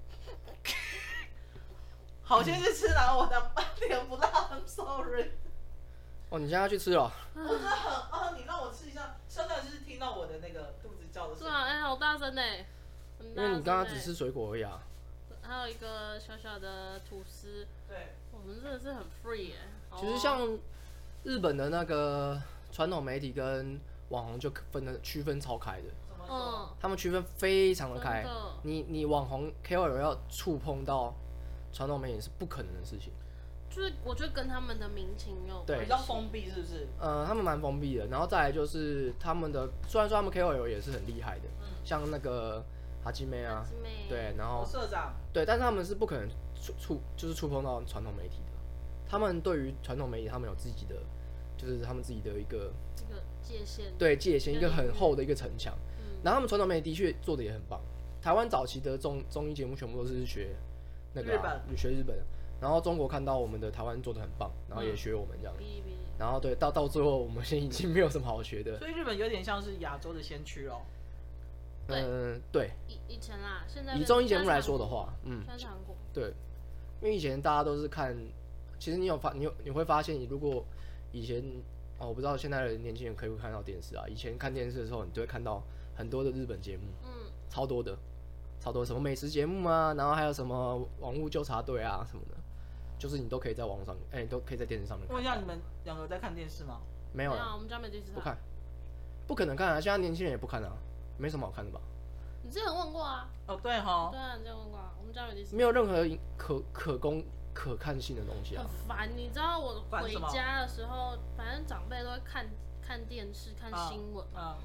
好，先去吃了我的甜不辣 ，I'm sorry。 哦，你现在要去吃了？ 我真的很啊，你让我吃一下，现在就是听到我的那个肚子叫的声音。 对啊，哎、欸，好大声呢、欸！ 因为你刚刚只吃水果而已啊。 还有一个小小的吐司。 对。 我们真的是很 free 耶、欸。 其实像日本的那个传统媒体跟网红就分的区分超开的。 怎么说？ 他们区分非常的开。你你网红 K O L 要触碰到传统媒体是不可能的事情。 就是我觉得跟他们的民情有比较封闭，是不是？ 呃，他们蛮封闭的，然后再来就是他们的，虽然说他们 K O L 也是很厉害的，嗯、像那个哈基妹啊，对，然后社长， 对，但是他们是不可能触触就是触碰到传统媒体的，他们对于传统媒体，他们有自己的，就是他们自己的一个一个界限， 对界限，一个很厚的一个城墙。嗯、然后他们传统媒体的确做的也很棒，台湾早期的综综艺节目全部都是学那个、啊、 日本， 学日本的。然后中国看到我们的台湾做的很棒，然后也学我们这样， 嗯、 然后对到到最后我们现在已经没有什么好学的。 所以日本有点像是亚洲的先驱哦。 嗯，对。 以以前啦，现在以综艺节目来说的话，嗯， 现在韩国。 对，因为以前大家都是看，其实你有发你有你会发现，你如果以前哦，我不知道现在的年轻人可以不可以看到电视啊？以前看电视的时候，你就会看到很多的日本节目，嗯，超多的，超多什么美食节目啊，然后还有什么网络纠察队啊什么的。就是你都可以在网上，哎、欸，你都可以在电视上面看。 问一下，你们两个在看电视吗？ 没有啦，我们家没电视。 不看，不可能看啊！现在年轻人也不看啊，没什么好看的吧？ 你之前问过啊？ 哦，对哈。 对啊，你之前问过啊，我们家没电视。 没有任何可可供可看性的东西啊。 很烦，你知道我回家的时候，反正长辈都会看看电视、看新闻嘛。嗯。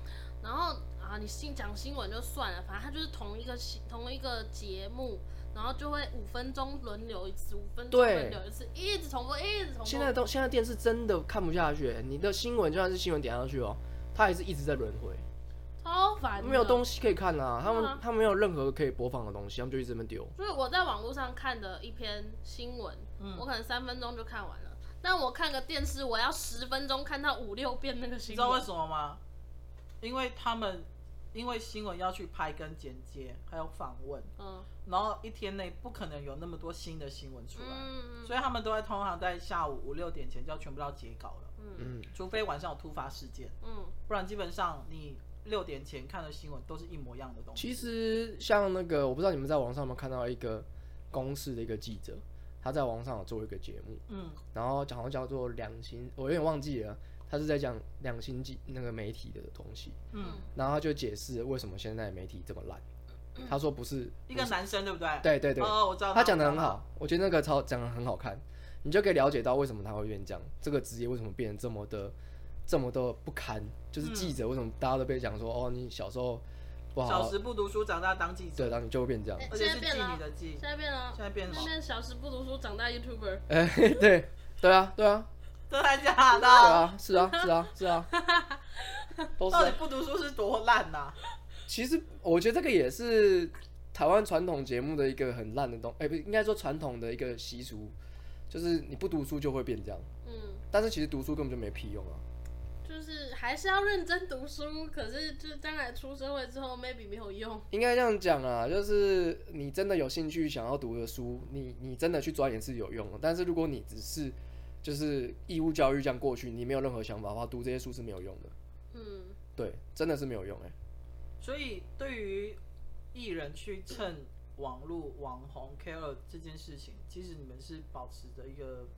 然后啊，你新讲新闻就算了，反正它就是同一个同一个节目，然后就会五分钟轮流一次，五分钟轮流一次，一直重复，一直重复。 现在都现在电视真的看不下去，你的新闻就算是新闻点上去哦，它还是一直在轮回， 超烦的。 没有东西可以看啊，他们、啊、他们没有任何可以播放的东西，他们就一直在那边丢。 所以我在网络上看的一篇新闻，嗯、我可能三分钟就看完了。但我看个电视，我要十分钟看到五六遍那个新闻。 你知道为什么吗？因为他们因为新闻要去拍跟剪接，还有访问，嗯，然后一天内不可能有那么多新的新闻出来，嗯，所以他们都在通常在下午五六点前就要全部都要截稿了，嗯，除非晚上有突发事件，嗯，不然基本上你六点前看的新闻都是一模一样的东西。 其实像那个，我不知道你们在网上有没有看到一个公视的一个记者。他在网上有做一个节目，嗯，然后讲叫做两性，我有点忘记了，他是在讲两性那个媒体的东西，嗯，然后他就解释为什么现在媒体这么烂，嗯、他说不是一个男生对不对？ 对对对， 哦，我知道他讲的很好，我觉得那个超讲的很好看，你就可以了解到为什么他会变这样，这个职业为什么变得这么的这么的不堪，就是记者为什么大家都被讲说、嗯、哦，你小时候。 小时不读书，长大当记者。 对，然后你就会变这样。 而且是妓女的妓。 现在变了。 现在变了。 现在小时不读书，长大 YouTuber。 哎、欸，对，对啊，对啊。 真的假的？对啊，是啊，是啊，是啊。 都是。到底不读书是多烂呐、啊？ 其实我觉得这个也是台湾传统节目的一个很烂的东，哎、欸，不应该说传统的一个习俗，就是你不读书就会变这样。嗯。但是其实读书根本就没屁用啊。 就是还是要认真读书，可是就是将来出社会之后 ，maybe 没有用。 应该这样讲啊，就是你真的有兴趣想要读的书，你你真的去钻研是有用的。但是如果你只是就是义务教育这样过去，你没有任何想法的话，读这些书是没有用的。嗯，对，真的是没有用哎、欸。 所以对于艺人去蹭网络网红 K O L 这件事情，其实你们是保持着一个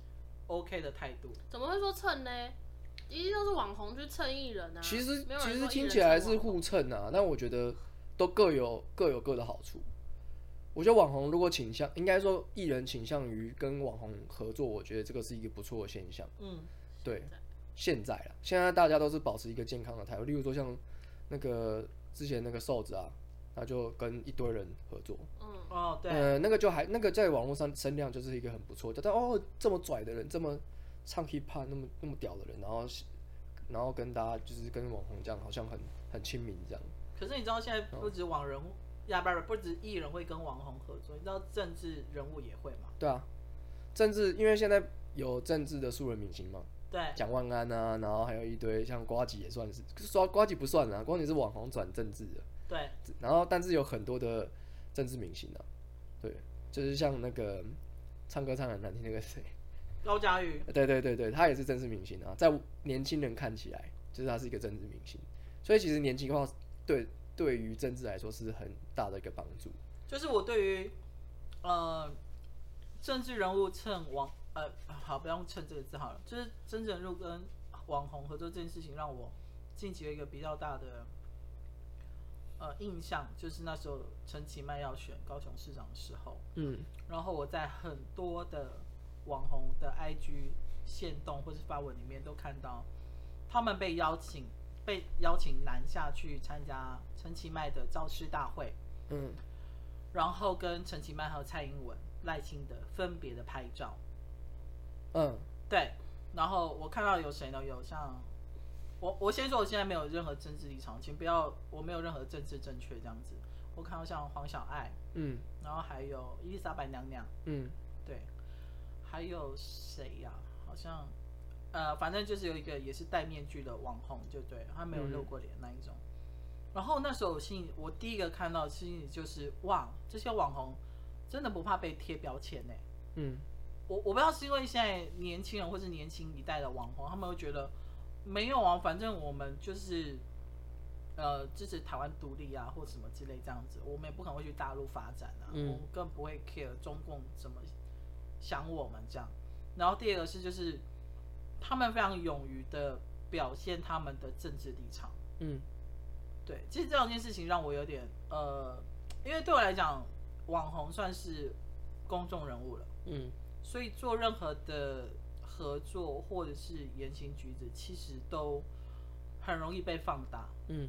OK 的态度。 怎么会说蹭呢？一定都是网红去蹭艺人啊！ 其实其实听起来是互蹭啊，但我觉得都各有各有各的好处。我觉得网红如果倾向，应该说艺人倾向于跟网红合作，我觉得这个是一个不错的现象。嗯，对，现在啦，现在大家都是保持一个健康的态度。例如说像那个之前那个瘦子啊，他就跟一堆人合作。 嗯，哦，对， 呃，那个就还那个在网络上声量就是一个很不错的，但哦这么拽的人，这么。唱 hip hop 那么那么屌的人，然后然后跟大家就是跟网红这样，好像很很亲民这样。 可是你知道现在不止网人，呀、嗯、不不止艺人会跟网红合作，你知道政治人物也会吗？ 对啊，政治因为现在有政治的素人明星嘛， 对， 蒋万安啊，然后还有一堆像呱吉也算是，说呱吉不算啊，呱吉是网红转政治的， 对。 然后但是有很多的政治明星啊，对，就是像那个唱歌唱很难听那个谁。 高嘉瑜， 对对对对，他也是政治明星啊，在年轻人看起来，就是他是一个政治明星，所以其实年轻化对对于政治来说是很大的一个帮助。 就是我对于呃政治人物蹭网呃好不要用蹭这个字好了，就是政治人物跟网红合作这件事情，让我近期有一个比较大的呃印象，就是那时候陈其迈要选高雄市长的时候，嗯，然后我在很多的网红的 I G 限动或是发文里面都看到，他们被邀请被邀请南下去参加陈其迈的造势大会，嗯，然后跟陈其迈还有蔡英文、赖清德分别的拍照，嗯，对，然后我看到有谁呢？有像我我先说我现在没有任何政治立场，请不要我没有任何政治正确这样子。我看到像黄小爱，嗯，然后还有伊丽莎白娘娘，嗯，对。还有谁呀、啊？好像，呃，反正就是有一个也是戴面具的网红，就对了，他没有露过脸那一种。嗯、然后那时候我心里，我第一个看到心里就是哇，这些网红真的不怕被贴标签呢。嗯，我我不知道是因为现在年轻人或是年轻一代的网红，他们会觉得没有啊，反正我们就是呃支持台湾独立啊，或什么之类这样子，我们也不可能会去大陆发展啊，嗯、我们更不会 care 中共怎么想我们这样。然后第二个是就是他们非常勇于的表现他们的政治立场。嗯，对，其实这两件事情让我有点呃，因为对我来讲，网红算是公众人物了。嗯，所以做任何的合作或者是言行举止，其实都很容易被放大。嗯，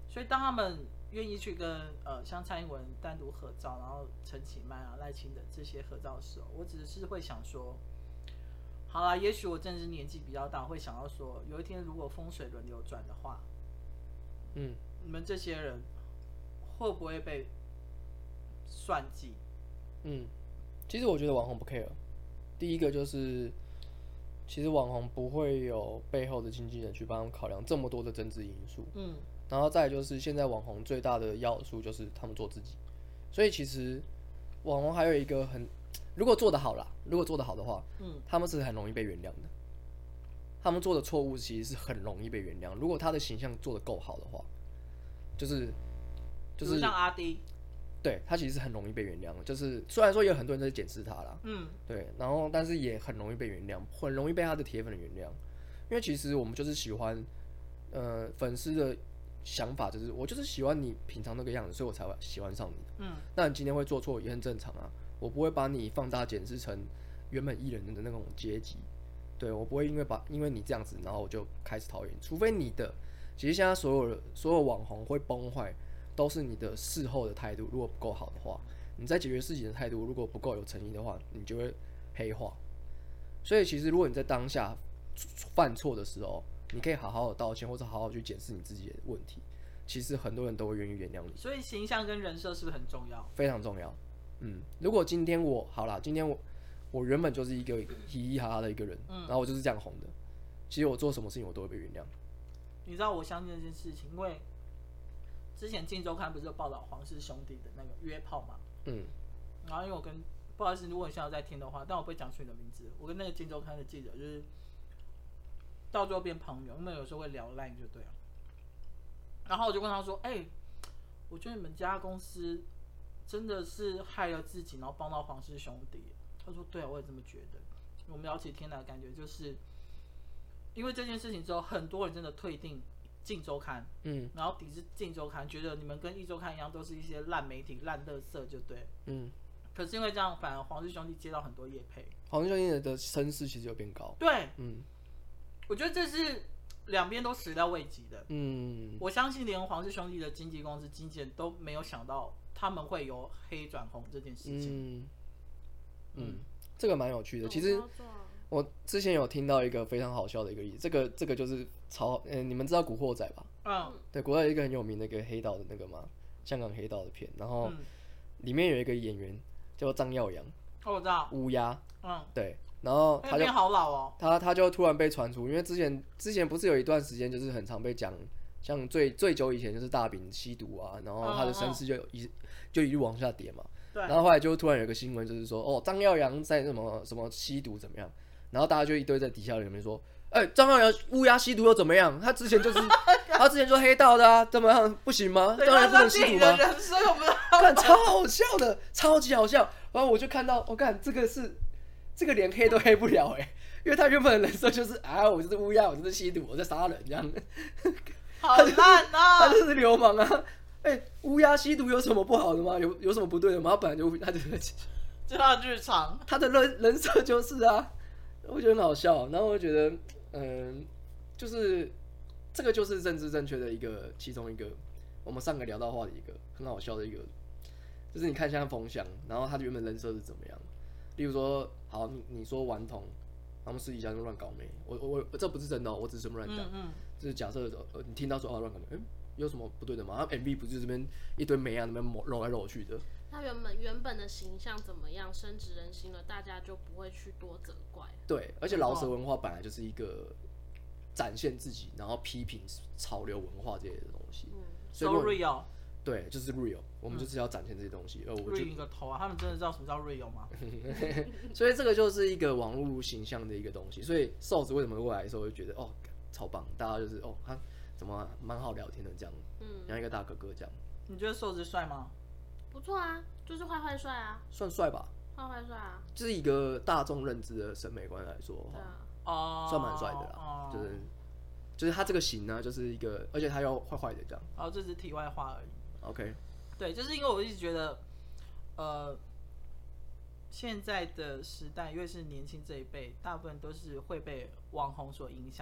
所以当他们愿意去跟呃像蔡英文单独合照，然后陈其迈啊、赖清德这些合照的时候，我只是会想说，好啦，也许我真的是年纪比较大，会想到说，有一天如果风水轮流转的话， 嗯， 你们这些人会不会被算计？ 嗯，其实我觉得网红不 care。第一个就是，其实网红不会有背后的经纪人去帮他们考量这么多的政治因素。 嗯， 然后再来就是现在网红最大的要素就是他们做自己，所以其实网红还有一个很，如果做得好啦，如果做得好的话，嗯，他们是很容易被原谅的。他们做的错误其实是很容易被原谅。如果他的形象做得够好的话，就是就是像阿滴。 对，他其实是很容易被原谅的，就是虽然说也有很多人在检视他啦，嗯，对，然后但是也很容易被原谅，很容易被他的铁粉原谅，因为其实我们就是喜欢，呃，粉丝的想法就是我就是喜欢你平常那个样子，所以我才会喜欢上你的，嗯，那你今天会做错也很正常啊，我不会把你放大检视成原本艺人的那种阶级，对我不会因为把因为你这样子，然后我就开始讨厌你，除非你的，其实现在所有的所有网红会崩坏。都是你的事后的态度，如果不够好的话，你在解决事情的态度如果不够有诚意的话，你就会黑化。所以其实如果你在当下犯错的时候，你可以好好的道歉，或者好好去检视你自己的问题，其实很多人都会愿意原谅你。 所以形象跟人设是不是很重要？ 非常重要。嗯，如果今天我好啦，今天我我原本就是一个嘻嘻哈哈的一个人，嗯，然后我就是这样红的，其实我做什么事情我都会被原谅。 你知道我相信这件事情，因为之前《镜周刊》不是有报道黄氏兄弟的那个约炮嘛？嗯。然后因为我跟不好意思，如果你现在在听的话，但我不会讲出你的名字。我跟那个《镜周刊》的记者就是到最后变朋友，因为有时候会聊 line 就对了。然后我就问他说：“哎、欸，我觉得你们家公司真的是害了自己，然后帮到黄氏兄弟。”他说：“对啊，我也这么觉得。”我们聊起天来的感觉就是，因为这件事情之后，很多人真的退订镜周刊，嗯，然后抵制镜周刊，觉得你们跟一周刊一样，都是一些烂媒体、烂垃圾，就对，嗯。可是因为这样，反而黄氏兄弟接到很多业配， 黄氏兄弟的声势其实有变高， 对，嗯。我觉得这是两边都始料未及的，嗯。我相信连黄氏兄弟的经纪公司、经纪人都没有想到他们会由黑转红这件事情，嗯， 嗯，这个蛮有趣的。其实我之前有听到一个非常好笑的一个例子，这个这个就是超，嗯、呃，你们知道《古惑仔》吧？嗯，对，古惑仔一个很有名的一个黑道的那个嘛，香港黑道的片，然后里面有一个演员叫做张耀扬， 哦，我知道， 乌鸦，嗯，对，然后他就变好老哦， 他他就突然被传出，因为之前之前不是有一段时间就是很常被讲，像最最久以前就是大饼吸毒啊，然后他的声势就一、嗯、就一路往下跌嘛，对，然后后来就突然有一个新闻就是说，哦，张耀扬在什么什么吸毒怎么样？然后大家就一堆在底下里面说，哎、欸，张耀扬乌鸦吸毒又怎么样？他之前就是他之前就是黑道的啊，怎么样不行吗？当然不能吸毒吗？看超好笑的，超级好笑。然后我就看到，我、哦、看这个是这个连黑都黑不了哎、欸，因为他原本的人设就是啊，我就是乌鸦，我就是吸毒，我在杀人这样。 好烂啊！ 他就是流氓啊！哎、欸，乌鸦吸毒有什么不好的吗？有有什么不对的吗？他本来就他就这他的日常， 他的人人设就是啊。我觉得很好笑，然后我觉得，嗯，就是这个就是政治正确的一个其中一个，我们上个聊到话的一个很好笑的一个，就是你看现在风向，然后他原本人设是怎么样？例如说，好，你你说顽童，他们私底下就乱搞妹，我我我这不是真的、哦，我只是这么乱讲，嗯嗯，就是假设呃你听到说啊乱搞妹，哎、欸，有什么不对的吗？他 M V 不是这边一堆妹啊那边揉来揉去的。 他原本原本的形象怎么样，深植人心了，大家就不会去多责怪。 对，而且饶舌文化本来就是一个展现自己，然后批评潮流文化这些的东西。嗯 ，so real。 对，就是 real， 我们就是要展现这些东西。呃、嗯，我就 real 个头啊！他们真的知道什么叫 real 吗？ 所以这个就是一个网络形象的一个东西。所以瘦子为什么过来的时候会觉得哦超棒，大家就是哦他怎么蛮好聊天的这样，嗯，像一个大哥哥这样。 你觉得瘦子帅吗？ 不错啊，就是坏坏帅啊， 算帅吧， 坏坏帅啊， 就是一个大众认知的审美观来说的话，哦、啊，算蛮帅的啦，哦、就是就是他这个型呢，就是一个，而且他又坏坏的这样。 哦，这只是题外话而已。 OK， 对，就是因为我一直觉得，呃，现在的时代，越是年轻这一辈，大部分都是会被网红所影响。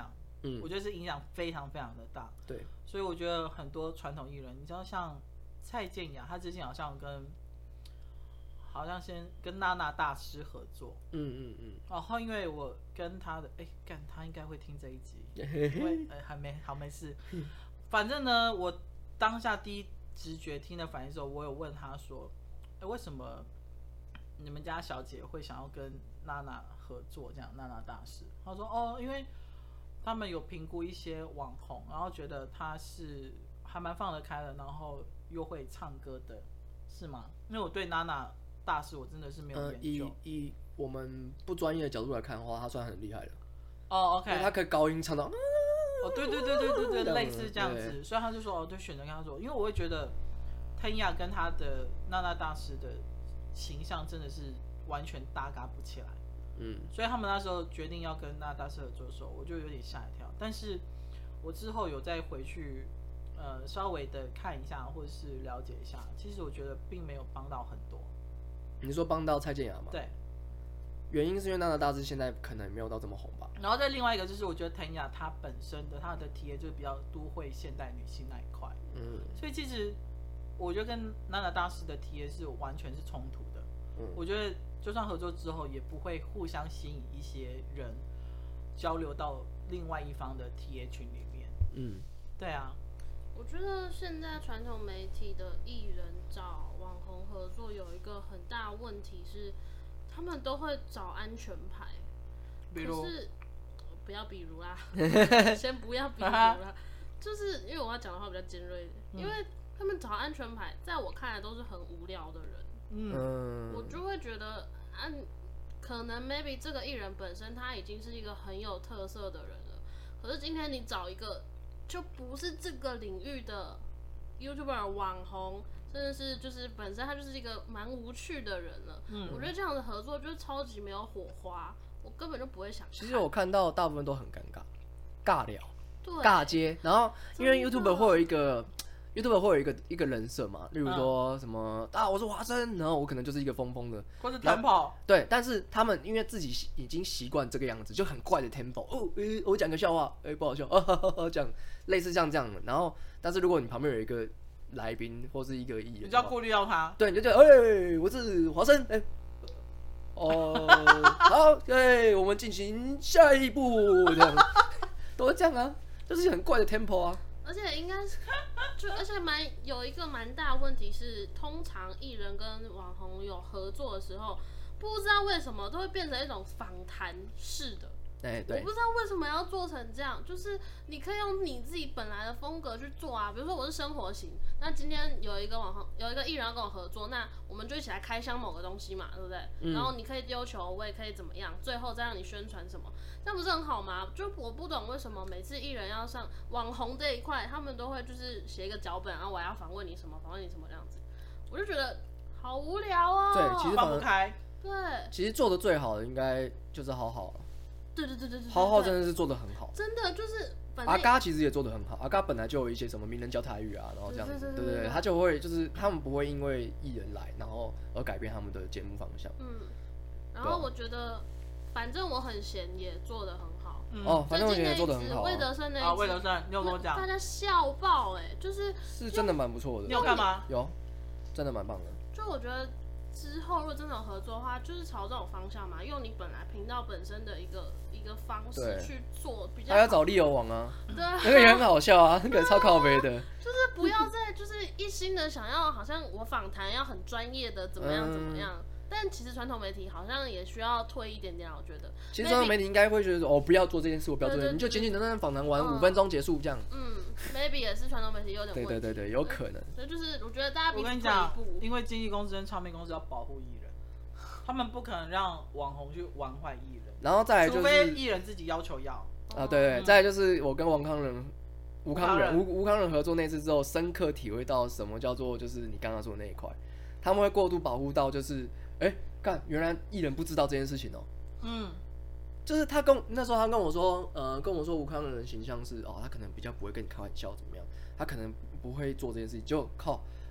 嗯，我觉得是影响非常非常的大。 对， 所以我觉得很多传统艺人，你知道像蔡健雅，她之前好像跟好像先跟娜娜大师合作， 嗯嗯嗯， 然后因为我跟她的哎干，她应该会听这一集，因为呃还没好没事，反正呢，我当下第一直觉听的反应的时候，我有问她说，哎为什么你们家小姐会想要跟娜娜合作这样？娜娜大师，她说哦，因为他们有评估一些网红，然后觉得他是还蛮放得开的，然后又会唱歌的，是吗？因为我对娜娜大师我真的是没有研究。 呃、以以我们不专业的角度来看的话，他算很厉害了。 哦 ，OK， 他可以高音唱到， 哦，对对对对对对，类似这样子，所以他就说哦，就选择跟他做，因为我会觉得天雅跟他的娜娜大师的形象真的是完全搭嘎不起来。嗯，所以他们那时候决定要跟娜大师合作的时候，我就有点吓一跳。但是我之后有再回去，呃，稍微的看一下或者是了解一下，其实我觉得并没有帮到很多。 你说帮到蔡健雅吗？ 对， 原因是因为娜娜大师现在可能没有到这么红吧。 然后再另外一个就是，我觉得天雅她本身的她的体验就是比较都会现代女性那一块，嗯，所以其实我觉得跟娜娜大师的体验是完全是冲突的。嗯，我觉得。就算合作之后，也不会互相吸引一些人交流到另外一方的 T A 群里面。嗯，对啊。 我觉得现在传统媒体的艺人找网红合作有一个很大的问题是，他们都会找安全牌。 比如， 可是不要比如啦，先不要比如啦，就是因为我要讲的话比较尖锐一点，嗯、因为他们找安全牌，在我看来都是很无聊的人。嗯，我就会觉得，啊，可能 maybe 这个艺人本身他已经是一个很有特色的人了，可是今天你找一个就不是这个领域的 YouTuber 网红，甚至是就是本身他就是一个蛮无趣的人了。嗯，我觉得这样的合作就是超级没有火花，我根本就不会想看。 其实我看到大部分都很尴尬，尬聊，尬接，然后因为 YouTuber 会有一个。YouTube 会有一个一个人设嘛，例如说什么、嗯、啊，我是华生，然后我可能就是一个疯疯的， 或者 tempo， 对，但是他们因为自己已经习惯这个样子，就很怪的 tempo， 哦，欸、我讲个笑话，哎、欸，不好笑，啊，讲类似像这样的，然后，但是如果你旁边有一个来宾或是一个艺人， 你就要顾虑到他， 对，你就觉得，哎、欸，我是华生，哎、欸，哦，好，对，我们进行下一步，这样，都是这样啊，就是很怪的 tempo 啊。 而且应该是，就而且蛮有一个蛮大的问题是，通常艺人跟网红有合作的时候，不知道为什么都会变成一种访谈式的。 欸、对， 我不知道为什么要做成这样，就是你可以用你自己本来的风格去做啊。比如说我是生活型，那今天有一个网红，有一个艺人要跟我合作，那我们就一起来开箱某个东西嘛，对不对？嗯、然后你可以丢球，我也可以怎么样，最后再让你宣传什么，这样不是很好吗？就我不懂为什么每次艺人要上网红这一块，他们都会就是写一个脚本，然后我要访问你什么，访问你什么这样子，我就觉得好无聊哦。 对，其实放不开。 对， 其实做的最好的应该就是好好了。 对对对对对， 浩浩真的是做的很好， 真的就是阿嘎其实也做的很好，阿嘎本来就有一些什么名人教台语啊，然后这样子，对对对，他就会就是他们不会因为艺人来，然后而改变他们的节目方向。 嗯，然后我觉得反正我很闲也做的很好。 嗯、哦，反正我觉得也做的很好、啊。 魏德胜那一集， 啊，魏德胜，你有跟我讲， 大家笑爆哎、欸，就是是真的蛮不错的。 你有干嘛？ 有，真的蛮棒的。 就我觉得。之后如果真的有合作的话，就是朝这种方向嘛，用你本来频道本身的一个一个方式去做比较。 还要找利友网啊， 对啊， 那个也很好笑啊，那个超靠北的。 就是不要再就是一心的想要，好像我访谈要很专业的怎么样怎么样。嗯，但其实传统媒体好像也需要退一点点，我觉得。 其实传统媒体应该会觉得说，哦，不要做这件事，我不要做这件事，你就简简单单访谈完五分钟结束这样。嗯 ，maybe 也是传统媒体有点问题。 对对对对，有可能。 所以就是我觉得大家我跟你讲，因为经纪公司跟唱片公司要保护艺人，他们不可能让网红去玩坏艺人。 然后再来就是， 除非艺人自己要求要。 啊，对对，再来就是我跟王康仁。吴康仁、吴吴康仁合作那次之后，深刻体会到什么叫做就是你刚刚说的那一块，他们会过度保护到就是，哎、欸，干，原来艺人不知道这件事情哦、喔。嗯，就是他跟那时候他跟我说，呃，跟我说吴康仁的形象是哦，他可能比较不会跟你开玩笑怎么样，他可能不会做这件事情，就靠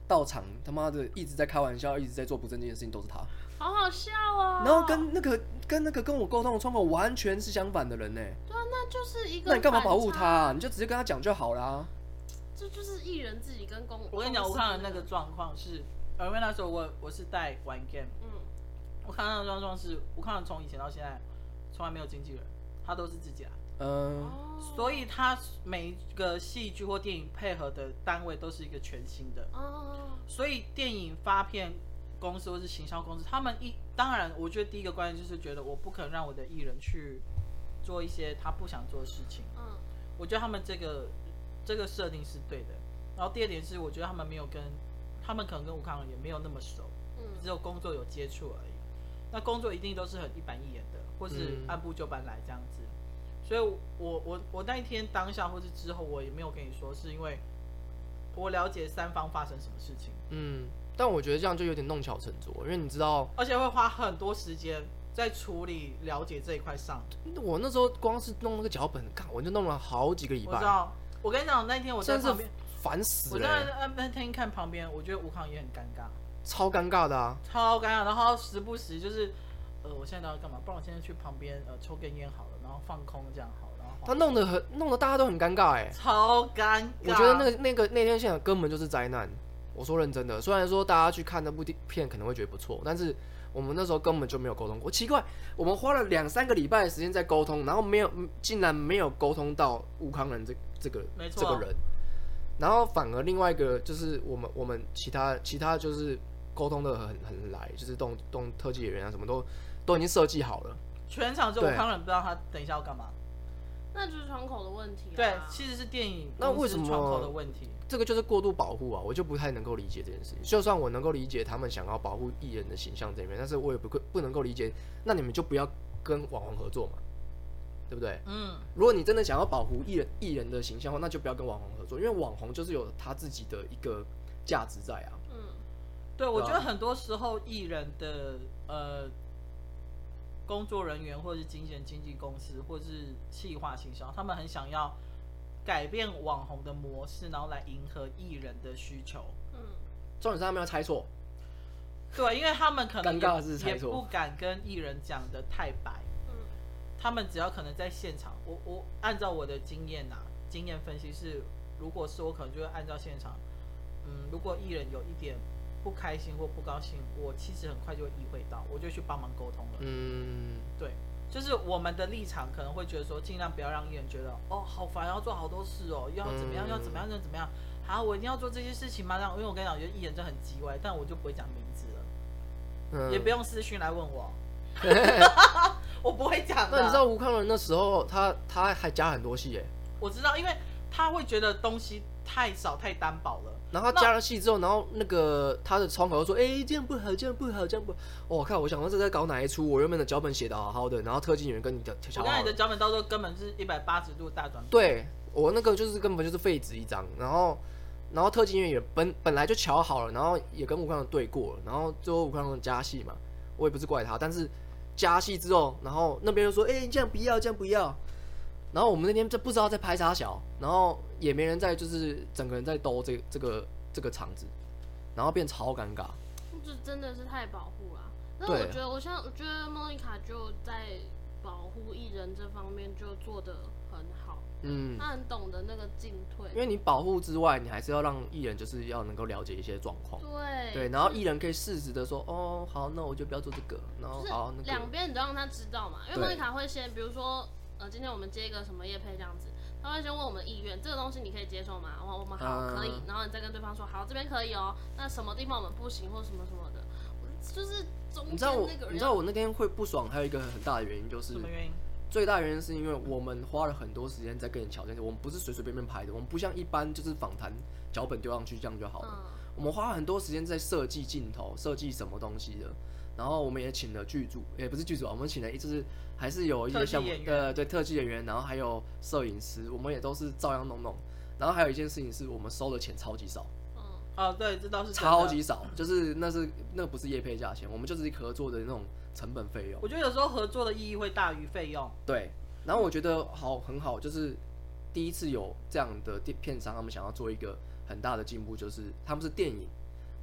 到场他妈的一直在开玩笑，一直在做不正经的事情，都是他。 好好笑哦。 然后跟那个跟那个跟我沟通的窗口完全是相反的人呢。 对啊，那就是一个。 那你干嘛保护他、啊？你就直接跟他讲就好啦。 这就是艺人自己跟公。 我跟你讲，我看的那个状况是，因为那时候我我是带玩 game， 嗯，我看到的状况是，我看到从以前到现在，从来没有经纪人，他都是自己来。嗯，所以他每一个戏剧或电影配合的单位都是一个全新的。哦，所以电影发片公司或是行销公司，他们一当然，我觉得第一个观念就是觉得我不可能让我的艺人去做一些他不想做的事情。嗯，我觉得他们这个这个设定是对的。然后第二点是，我觉得他们没有跟他们可能跟吴康仁也没有那么熟，嗯，只有工作有接触而已。那工作一定都是很一板一眼的，或是按部就班来这样子。所以我，我我我那一天当下或是之后，我也没有跟你说，是因为我了解三方发生什么事情。 嗯，但我觉得这样就有点弄巧成拙，因为你知道， 而且会花很多时间在处理了解这一块上。 我那时候光是弄那个脚本，看我就弄了好几个礼拜。 我知道，我跟你讲，那天我在旁边烦死了、欸。我在那天看旁边，我觉得吴康也很尴尬， 超尴尬的啊， 超尴尬。然后时不时就是，呃，我现在要干嘛？不然我现在去旁边呃抽根烟好了。然后放空这样好，然后他弄得很，弄得大家都很尴尬哎， 超尴尬。 我觉得那个那个那天现场根本就是灾难。我说认真的，虽然说大家去看那部片可能会觉得不错，但是我们那时候根本就没有沟通过。奇怪，我们花了两三个礼拜的时间在沟通，然后没有，竟然没有沟通到吴康仁这这个这个人，然后反而另外一个就是我们我们其他其他就是沟通的很很来，就是动动特技演员啊什么都都已经设计好了。 全场就吴康仁不知道他等一下要干嘛， 那就是窗口的问题、啊。 对，其实是电影那为什么窗口的问题？ 这个就是过度保护啊，我就不太能够理解这件事情。就算我能够理解他们想要保护艺人的形象这边，但是我也不不能够理解，那你们就不要跟网红合作嘛，对不对？嗯。如果你真的想要保护艺人艺人的形象的话，那就不要跟网红合作，因为网红就是有他自己的一个价值在啊。 嗯，对，我觉得很多时候艺人的呃。工作人员或者是经纪人、经纪公司或者是企划行销，他们很想要改变网红的模式，然后来迎合艺人的需求。嗯， 重点是他们要猜错。 对，因为他们可能也, 是猜也不敢跟艺人讲的太白。嗯，他们只要可能在现场，我我按照我的经验啊，经验分析是，如果是我可能就会按照现场，嗯，如果艺人有一点不开心或不高兴，我其实很快就会意会到，我就去帮忙沟通了。嗯，对，就是我们的立场可能会觉得说，尽量不要让艺人觉得哦好烦，要做好多事哦，又要怎么样，嗯、要怎么样，要怎么样，好，我一定要做这些事情吗？因为我跟你讲，我觉得艺人真的很叽歪，但我就不会讲名字了，嗯、也不用私讯来问我，我不会讲的。 那你知道吴康仁那时候他他还加很多戏耶？ 我知道，因为他会觉得东西太少太单薄了。 然后他加了戏之后，然后那个他的窗口又说：“哎、欸，这样不好，这样不好，这样不好。”我、哦、靠！我想说这在搞哪一出？我原本的脚本写得好好的，然后特技演员跟你的调好。 我看你的脚本到时候根本是一百八十度大转变。 对，我那个就是根本就是废纸一张。然后，然后特技演员本本来就瞧好了，然后也跟吴康仁对过了，然后最后吴康仁加戏嘛，我也不是怪他，但是加戏之后，然后那边又说：“哎、欸，这样不要，这样不要。”然后我们那天就不知道在拍啥小，然后也没人在，就是整个人在兜这个、这个这个场子，然后变超尴尬。 这真的是太保护了。那我觉得，我现在我觉得莫妮卡就在保护艺人这方面就做得很好。嗯，他很懂得那个进退。 因为你保护之外，你还是要让艺人就是要能够了解一些状况。 对对，然后艺人可以适时的说：“哦，好，那我就不要做这个。”然后好，那个两边你都让他知道嘛。因为莫妮卡会先，比如说。呃，今天我们接一个什么业配这样子，他会先问我们的意愿，这个东西你可以接受吗？然后我们好、嗯、可以，然后你再跟对方说好，这边可以哦。那什么地方我们不行或什么什么的，就是中间那个人。 你知道我，你知道我那天会不爽，还有一个很大的原因就是什么原因？ 最大的原因是因为我们花了很多时间在跟你瞧这些，我们不是随随便便拍的，我们不像一般就是访谈脚本丢上去这样就好了。嗯、我们花了很多时间在设计镜头，设计什么东西的。然后我们也请了剧组，也不是剧组啊，我们请了就是还是有一些项目，呃，对，特技演员，然后还有摄影师，我们也都是照样弄弄。然后还有一件事情是我们收的钱超级少， 嗯，哦，对，这倒是超级少，就是那是那不是业配价钱，我们就是合作的那种成本费用。 我觉得有时候合作的意义会大于费用。 对，然后我觉得好很好，就是第一次有这样的片商，他们想要做一个很大的进步，就是他们是电影。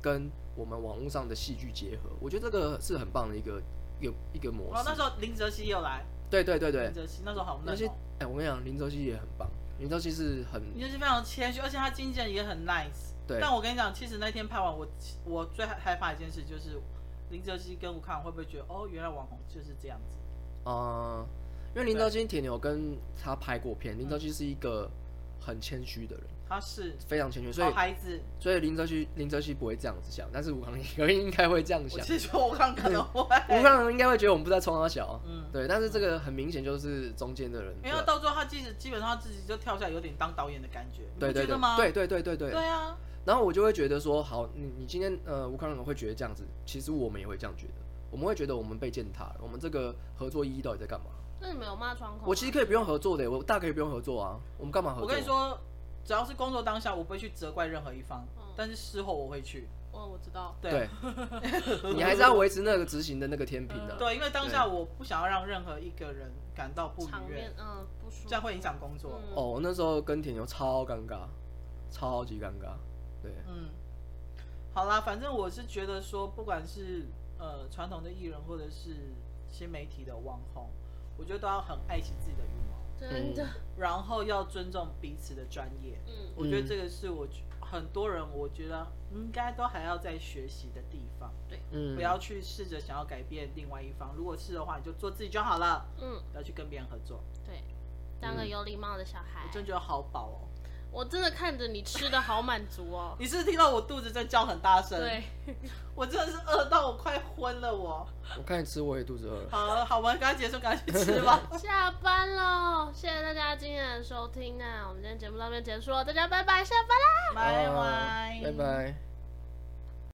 跟我们网络上的戏剧结合，我觉得这个是很棒的一个一个一个模式。 哦，那时候林哲熹也有来。 对对对对， 林哲熹那时候好嫩哦。 哎、欸，我跟你讲，林哲熹也很棒，林哲熹是很， 林哲熹非常谦虚，而且他经纪人也很 nice。 对。 但我跟你讲，其实那天拍完我，我最害怕一件事就是林哲熹跟吴康会不会觉得，哦，原来网红就是这样子。 嗯，因为林哲熹铁牛跟他拍过片，林哲熹是一个很谦虚的人。 他是非常谦虚，所以好孩子， 所以林哲熹林哲熹不会这样子想，但是吴康仁应该会这样想。 我其实吴康可能会， 吴康仁应该会觉得我们不在冲他小，嗯，对。但是这个很明显就是中间的人， 因为到最后他基基本上自己就跳下来，有点当导演的感觉， 对对对，对对对对对， 对啊。 然后我就会觉得说，好，你你今天呃吴康仁会觉得这样子，其实我们也会这样觉得，我们会觉得我们被践踏了，我们这个合作意义到底在干嘛？ 那你们有骂窗口？ 我其实可以不用合作的，我大可以不用合作啊，我们干嘛合作？ 我跟你说。只要是工作当下，我不会去责怪任何一方，嗯、但是事后我会去。 哦，我知道。 对，你还是要维持那个执行的那个天平的、啊。 对，因为当下我不想要让任何一个人感到不愉悦， 嗯，不舒服， 这样会影响工作。 嗯、哦，那时候跟铁牛超尴尬，超级尴尬。对， 嗯，好啦，反正我是觉得说，不管是呃传统的艺人，或者是新媒体的网红，我觉得都要很爱惜自己的羽毛。 真的， 然后要尊重彼此的专业。嗯，我觉得这个是我很多人我觉得应该都还要在学习的地方。对，嗯，不要去试着想要改变另外一方，如果是的话，你就做自己就好了。嗯，不要去跟别人合作。 对，当个有礼貌的小孩。 我真觉得好饱哦。 我真的看着你吃的好满足哦。 你是不是听到我肚子在叫很大声？ 对， 我真的是饿到我快昏了我。 我看你吃，我也肚子饿了。 好，好，我们赶快结束，赶快去吃吧。 下班喽，谢谢大家今天的收听，那我们今天节目到这边结束了，大家拜拜，下班啦， 拜拜， 拜拜。